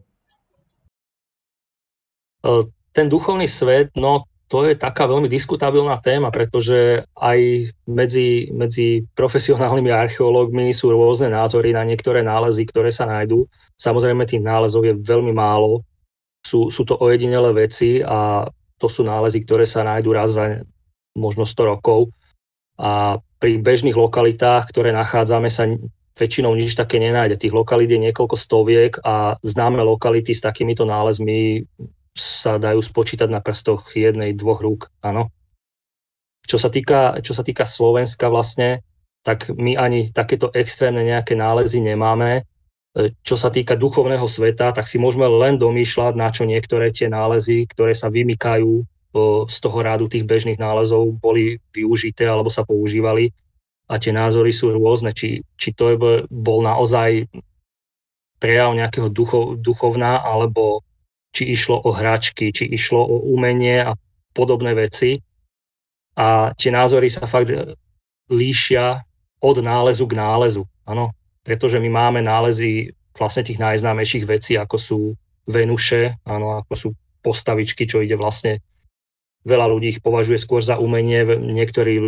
[SPEAKER 2] Ten duchovný svet, no to je taká veľmi diskutabilná téma, pretože aj medzi, medzi profesionálnymi archeológmi sú rôzne názory na niektoré nálezy, ktoré sa nájdú. Samozrejme, tých nálezov je veľmi málo. Sú, sú to ojedinelé veci a to sú nálezy, ktoré sa nájdú raz za možno sto rokov. A pri bežných lokalitách, ktoré nachádzame, sa väčšinou nič také nenájde. Tých lokalít je niekoľko stoviek a známe lokality s takýmito nálezmi sa dajú spočítať na prstoch jednej, dvoch rúk. Áno. Čo sa týka, čo sa týka Slovenska vlastne, tak my ani takéto extrémne nejaké nálezy nemáme. Čo sa týka duchovného sveta, tak si môžeme len domýšľať, na čo niektoré tie nálezy, ktoré sa vymykajú z toho rádu tých bežných nálezov, boli využité alebo sa používali. A tie názory sú rôzne, či, či to je, bol naozaj prejav nejakého ducho, duchovná, alebo či išlo o hračky, či išlo o umenie a podobné veci. A tie názory sa fakt líšia od nálezu k nálezu. Áno, pretože my máme nálezy vlastne tých najznámejších vecí, ako sú Venuše, áno, ako sú postavičky, čo ide vlastne, veľa ľudí ich považuje skôr za umenie, niektorí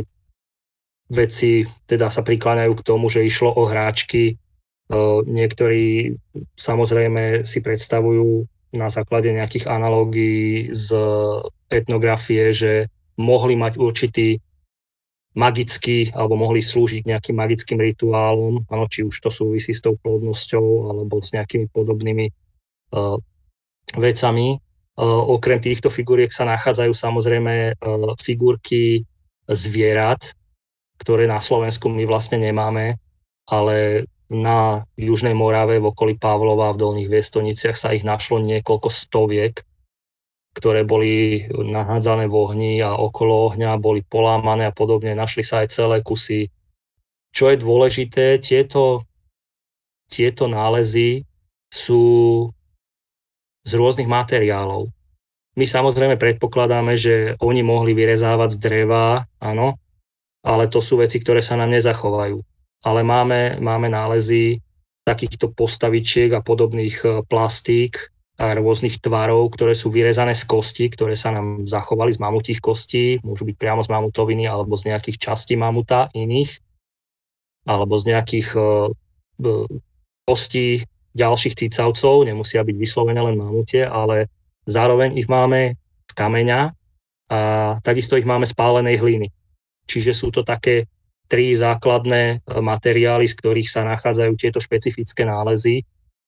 [SPEAKER 2] veci teda sa prikláňajú k tomu, že išlo o hráčky, niektorí samozrejme si predstavujú na základe nejakých analógií z etnografie, že mohli mať určitý magický, alebo mohli slúžiť nejakým magickým rituálom, ano, či už to súvisí s tou plodnosťou, alebo s nejakými podobnými uh, vecami. Uh, okrem týchto figuriek sa nachádzajú samozrejme uh, figurky zvierat, ktoré na Slovensku my vlastne nemáme, ale na Južnej Morave, v okolí Pavlova, v Dolných Viestoniciach sa ich našlo niekoľko stoviek, ktoré boli nahádzané v ohni a okolo ohňa boli polámané a podobne. Našli sa aj celé kusy. Čo je dôležité, tieto, tieto nálezy sú z rôznych materiálov. My samozrejme predpokladáme, že oni mohli vyrezávať z dreva, áno, ale to sú veci, ktoré sa nám nezachovajú. Ale máme, máme nálezy takýchto postavičiek a podobných plastík a rôznych tvarov, ktoré sú vyrezané z kosti, ktoré sa nám zachovali z mamutích kostí, môžu byť priamo z mamutoviny alebo z nejakých častí mamuta iných, alebo z nejakých uh, kostí ďalších cicavcov, nemusia byť vyslovené len mamutie, ale zároveň ich máme z kameňa a takisto ich máme z pálenej hliny. Čiže sú to také tri základné materiály, z ktorých sa nachádzajú tieto špecifické nálezy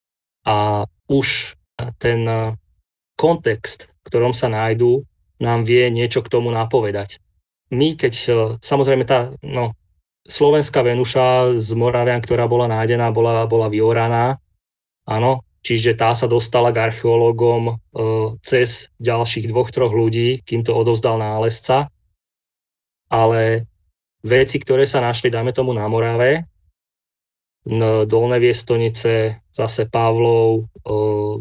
[SPEAKER 2] a už ten kontext, v ktorom sa nájdú, nám vie niečo k tomu napovedať. My, keď samozrejme tá no, slovenská Venuša z Moravian, ktorá bola nájdená, bola, bola vyoraná, áno, čiže tá sa dostala k archeológom e, cez ďalších dvoch, troch ľudí, kým to odovzdal nálezca, ale veci, ktoré sa našli, dajme tomu na Morave, Dolné Viestonice, zase Pavlov, e,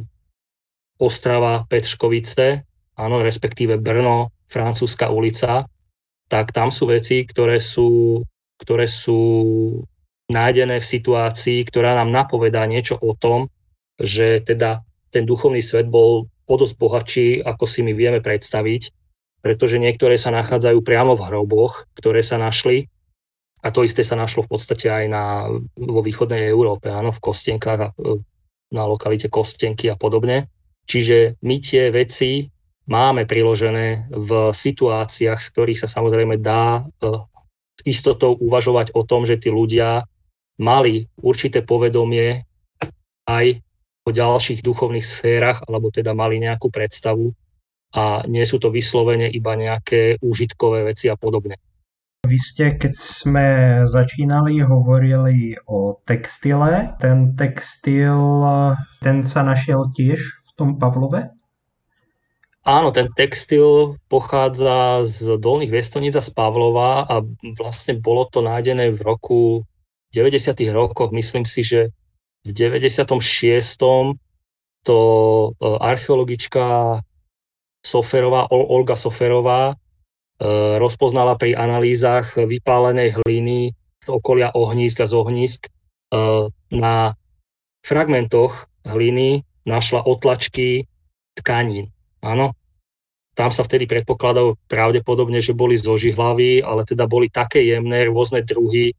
[SPEAKER 2] Ostrava, Petržkovice, áno, respektíve Brno, Francúzska ulica, tak tam sú veci, ktoré sú, ktoré sú nájdené v situácii, ktorá nám napovedá niečo o tom, že teda ten duchovný svet bol podosť bohatší, ako si my vieme predstaviť, pretože niektoré sa nachádzajú priamo v hroboch, ktoré sa našli, a to isté sa našlo v podstate aj na, vo východnej Európe, áno, v Kostienkách, na lokalite Kostienky a podobne. Čiže my tie veci máme priložené v situáciách, z ktorých sa samozrejme dá s istotou uvažovať o tom, že tí ľudia mali určité povedomie aj o ďalších duchovných sférach, alebo teda mali nejakú predstavu a nie sú to vyslovene iba nejaké úžitkové veci a podobne.
[SPEAKER 1] Vy ste, keď sme začínali, hovorili o textile. Ten textil, ten sa našiel tiež v tom Pavlove?
[SPEAKER 2] Áno, ten textil pochádza z Dolných Viestonic a z Pavlova a vlastne bolo to nájdené v roku deväťdesiatych rokoch. Myslím si, že v deväťdesiatom šiestom to archeologička Soferová, Olga Soferová rozpoznala pri analýzach vypálenej hliny okolia ohnízk a z ohnízk. Na fragmentoch hliny našla otlačky tkanín. Áno, tam sa vtedy predpokladalo pravdepodobne, že boli zo žihlavy, ale teda boli také jemné, rôzne druhy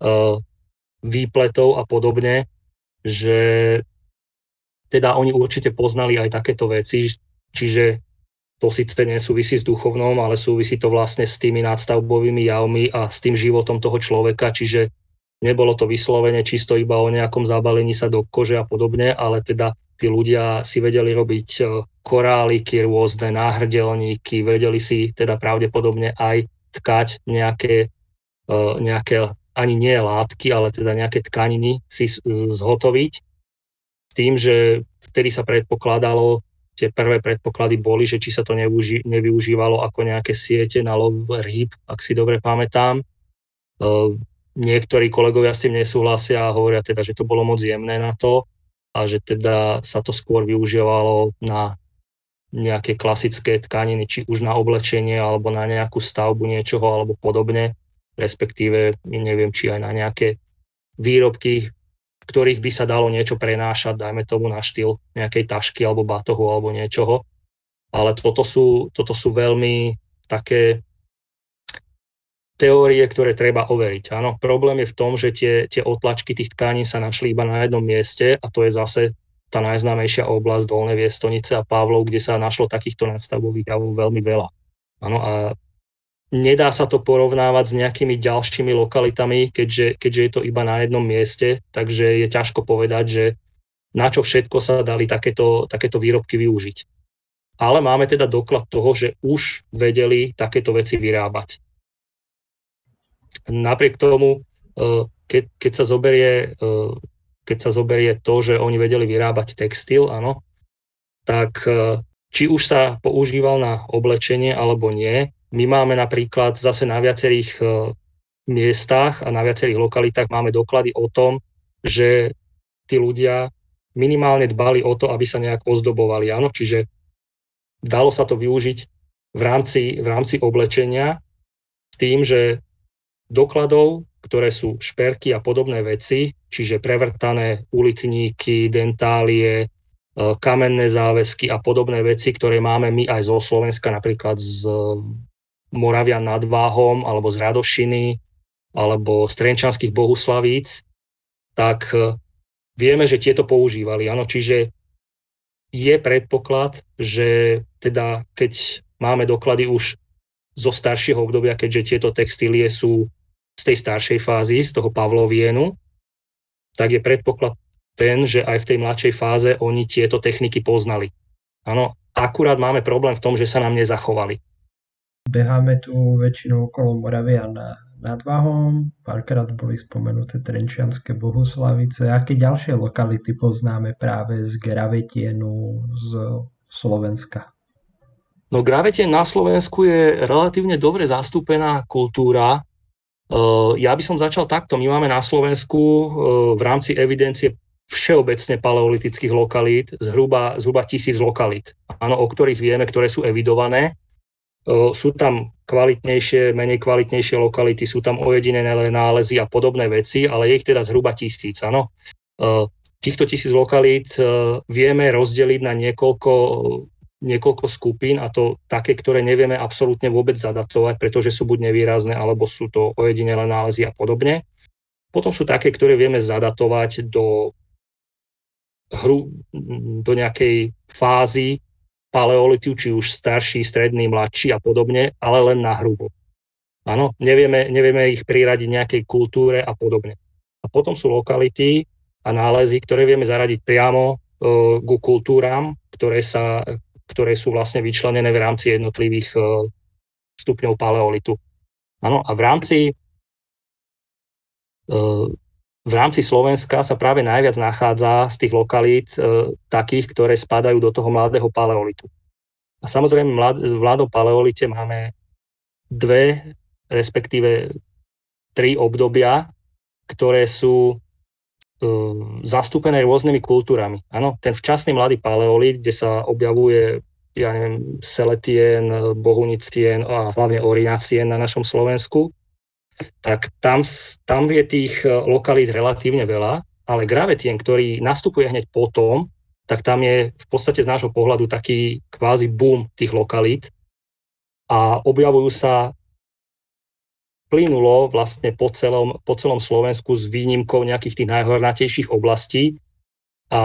[SPEAKER 2] výpletov a podobne, že teda oni určite poznali aj takéto veci, čiže to síce nesúvisí s duchovnou, ale súvisí to vlastne s tými nadstavbovými javmi a s tým životom toho človeka, čiže nebolo to vyslovene čisto iba o nejakom zabalení sa do kože a podobne, ale teda tí ľudia si vedeli robiť koráliky, rôzne náhrdelníky, vedeli si teda pravdepodobne aj tkať nejaké, nejaké ani nie látky, ale teda nejaké tkaniny si zhotoviť. S tým, že vtedy sa predpokladalo, tie prvé predpoklady boli, že či sa to nevyuži- nevyužívalo ako nejaké siete na lov rýb, ak si dobre pamätám. Niektorí kolegovia s tým nesúhlasia a hovoria teda, že to bolo moc jemné na to a že teda sa to skôr využívalo na nejaké klasické tkaniny, či už na oblečenie alebo na nejakú stavbu niečoho alebo podobne, respektíve neviem, či aj na nejaké výrobky, v ktorých by sa dalo niečo prenášať, dajme tomu na štýl nejakej tašky alebo batohu alebo niečoho. Ale toto sú, toto sú veľmi také teórie, ktoré treba overiť. Áno, problém je v tom, že tie, tie otlačky tých tkaní sa našli iba na jednom mieste a to je zase tá najznámejšia oblasť Dolné Viestonice a Pavlov, kde sa našlo takýchto nadstavbových javov veľmi veľa. Áno, a nedá sa to porovnávať s nejakými ďalšími lokalitami, keďže, keďže je to iba na jednom mieste, takže je ťažko povedať, že na čo všetko sa dali takéto, takéto výrobky využiť. Ale máme teda doklad toho, že už vedeli takéto veci vyrábať. Napriek tomu, keď, keď, sa zoberie, keď sa zoberie to, že oni vedeli vyrábať textil, áno, tak či už sa používal na oblečenie alebo nie, my máme napríklad zase na viacerých miestach a na viacerých lokalitách máme doklady o tom, že tí ľudia minimálne dbali o to, aby sa nejak ozdobovali. Áno, čiže dalo sa to využiť v rámci, v rámci oblečenia s tým, že dokladov, ktoré sú šperky a podobné veci, čiže prevrtané ulitníky, dentálie, kamenné záväzky a podobné veci, ktoré máme my aj zo Slovenska, napríklad z Moravian nad Váhom, alebo z Radošiny, alebo z Trenčanských Bohuslavíc, tak vieme, že tieto používali. Áno, čiže je predpoklad, že teda keď máme doklady už zo staršieho obdobia, keďže tieto textílie sú z tej staršej fázy, z toho Pavlovienu, tak je predpoklad ten, že aj v tej mladšej fáze oni tieto techniky poznali. Áno, akurát máme problém v tom, že sa nám nezachovali.
[SPEAKER 1] Beháme tu väčšinou okolo Moravia nad Váhom, párkrát boli spomenuté Trenčianske Bohuslavice. Aké ďalšie lokality poznáme práve z Gravetienu, z Slovenska?
[SPEAKER 2] No Gravetien na Slovensku je relatívne dobre zastúpená kultúra. Ja by som začal takto. My máme na Slovensku v rámci evidencie všeobecne paleolitických lokalít zhruba, zhruba tisíc lokalít, áno, o ktorých vieme, ktoré sú evidované. Sú tam kvalitnejšie, menej kvalitnejšie lokality, sú tam ojedinené nálezy a podobné veci, ale je ich teda zhruba tisíc. Áno. Týchto tisíc lokalít vieme rozdeliť na niekoľko, niekoľko skupín, a to také, ktoré nevieme absolútne vôbec zadatovať, pretože sú buď nevýrazné, alebo sú to ojedinelé nálezy a podobne. Potom sú také, ktoré vieme zadatovať do, hru, do nejakej fázy paleolitu, či už starší, stredný, mladší a podobne, ale len na hrubo. Áno, nevieme, nevieme ich priradiť nejakej kultúre a podobne. A potom sú lokality a nálezy, ktoré vieme zaradiť priamo e, ku kultúram, ktoré, sa, ktoré sú vlastne vyčlenené v rámci jednotlivých e, stupňov paleolitu. Áno, a v rámci e, v rámci Slovenska sa práve najviac nachádza z tých lokalít e, takých, ktoré spadajú do toho mladého paleolitu. A samozrejme mlad, v mladom paleolite máme dve, respektíve tri obdobia, ktoré sú e, zastúpené rôznymi kultúrami. Áno, ten včasný mladý paleolit, kde sa objavuje, ja neviem, Seletien, Bohunicien a hlavne Orinacien na našom Slovensku, tak tam, tam je tých lokalít relatívne veľa, ale Gravetien, ktorý nastupuje hneď potom, tak tam je v podstate z nášho pohľadu taký kvázi boom tých lokalít a objavujú sa plynulo vlastne po celom, po celom Slovensku s výnimkou nejakých tých najhornatejších oblastí a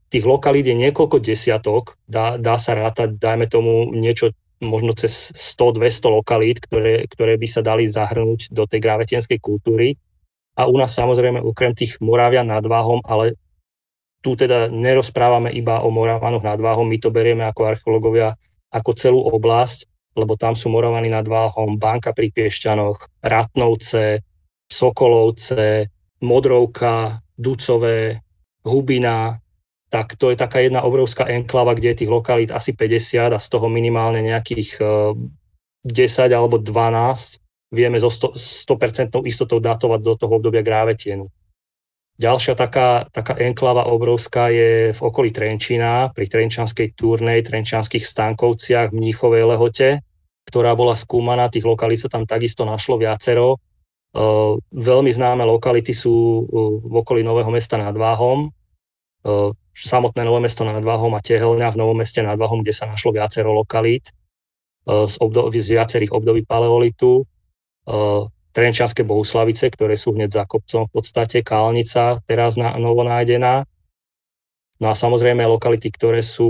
[SPEAKER 2] tých lokalít je niekoľko desiatok, dá, dá sa rátať, dajme tomu niečo možno cez sto dvesto lokalít, ktoré, ktoré by sa dali zahrnúť do tej gravetenskej kultúry. A u nás samozrejme okrem tých Moravian nad Váhom, ale tu teda nerozprávame iba o Moravanoch nad Váhom, my to berieme ako archeológovia ako celú oblasť, lebo tam sú Moravany nad Váhom, Banka pri Piešťanoch, Ratnovce, Sokolovce, Modrovka, Ducové, Hubina. Tak to je taká jedna obrovská enklava, kde je tých lokalít asi päťdesiat a z toho minimálne nejakých desať alebo dvanásť vieme so sto percent istotou datovať do toho obdobia grávetienu. Ďalšia taká, taká enklava obrovská je v okolí Trenčína, pri Trenčanskej turnej, Trenčanských Stankovciach, Mníchovej Lehote, ktorá bola skúmaná, tých lokalít sa tam takisto našlo viacero. Uh, veľmi známe lokality sú uh, v okolí Nového Mesta nad Váhom, uh, samotné Nové Mesto nad Váhom a Tehelňa v Novom Meste nad Váhom, kde sa našlo viacero lokalít uh, z, obdo- z viacerých období paleolitu. Uh, Trenčianske Bohuslavice, ktoré sú hneď za kopcom v podstate, Kálnica, teraz na, novo nájdená. No a samozrejme lokality, ktoré sú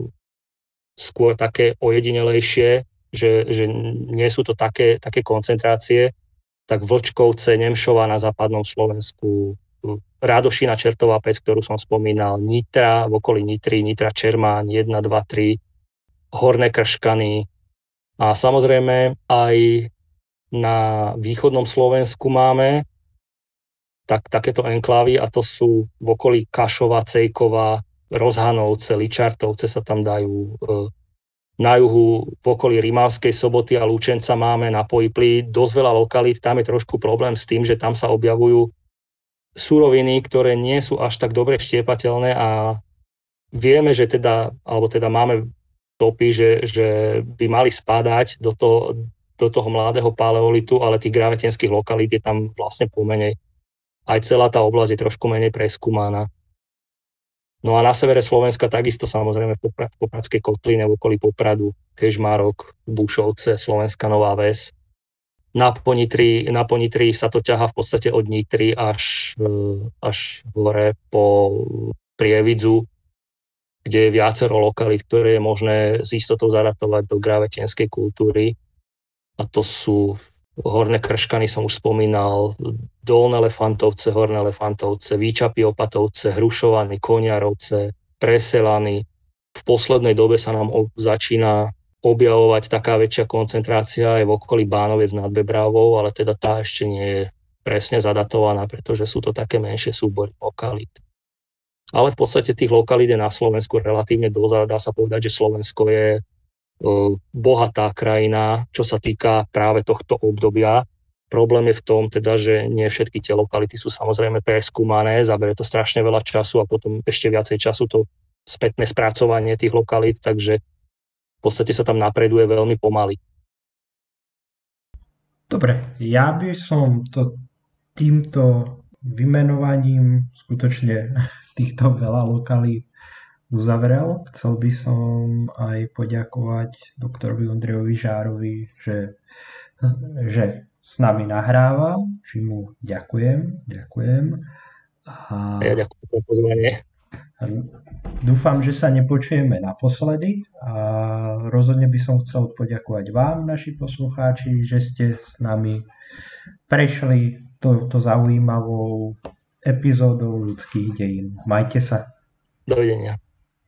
[SPEAKER 2] skôr také ojedinelejšie, že, že nie sú to také, také koncentrácie, tak Vlčkovce, Nemšova na západnom Slovensku, Rádošina, Čertová Pec, ktorú som spomínal, Nitra, v okolí Nitry, Nitra Čermáň, jeden, dva, tri, Horné Krškany a samozrejme aj na východnom Slovensku máme tak, takéto enklávy a to sú v okolí Kašova, Cejkova, Rozhanovce, Ličartovce sa tam dajú. Na juhu v okolí Rimavskej Soboty a Lučenca máme na Pojpli dosť veľa lokalít, tam je trošku problém s tým, že tam sa objavujú suroviny, ktoré nie sú až tak dobre štiepateľné a vieme, že teda, alebo teda máme topy, že, že by mali spadať do toho, do toho mladého paleolitu, ale tých gravetenských lokalít je tam vlastne pomenej. Aj celá tá oblasť je trošku menej preskúmaná. No a na severe Slovenska takisto samozrejme v Popradskej kotline v okolí Popradu, Kežmarok, Bušovce, Slovenská Nová Ves. Na Ponitri, na Ponitri sa to ťahá v podstate od Nitry až, až hore po Prievidzu, kde je viacero lokalít, ktoré je možné s istotou zaratovať do gravetenskej kultúry. A to sú Horné Krškany, som už spomínal, Dolné Lefantovce, Horné Lefantovce, Výčapy Opatovce, Hrušovany, Koniarovce, Preselany. V poslednej dobe sa nám začína objavovať taká väčšia koncentrácia aj v okolí Bánoviec nad Bebravou, ale teda tá ešte nie je presne zadatovaná, pretože sú to také menšie súbory lokalít. Ale v podstate tých lokalít je na Slovensku relatívne dosť. Dá sa povedať, že Slovensko je bohatá krajina, čo sa týka práve tohto obdobia. Problém je v tom, teda, že nie všetky tie lokality sú samozrejme preskúmané, zabere to strašne veľa času a potom ešte viacej času to spätné spracovanie tých lokalít, takže v podstate sa tam napreduje veľmi pomaly.
[SPEAKER 1] Dobre, ja by som to týmto vymenovaním skutočne týchto veľa lokalít uzavrel. Chcel by som aj poďakovať doktorovi Ondrejovi Žárovi, že, že s nami nahráva, či mu ďakujem. ďakujem. A
[SPEAKER 2] ja ďakujem za pozvanie.
[SPEAKER 1] Dúfam, že sa nepočujeme naposledy a rozhodne by som chcel poďakovať vám, naši poslucháči, že ste s nami prešli touto zaujímavou epizódou ľudských dejín. Majte sa.
[SPEAKER 2] Dovidenia.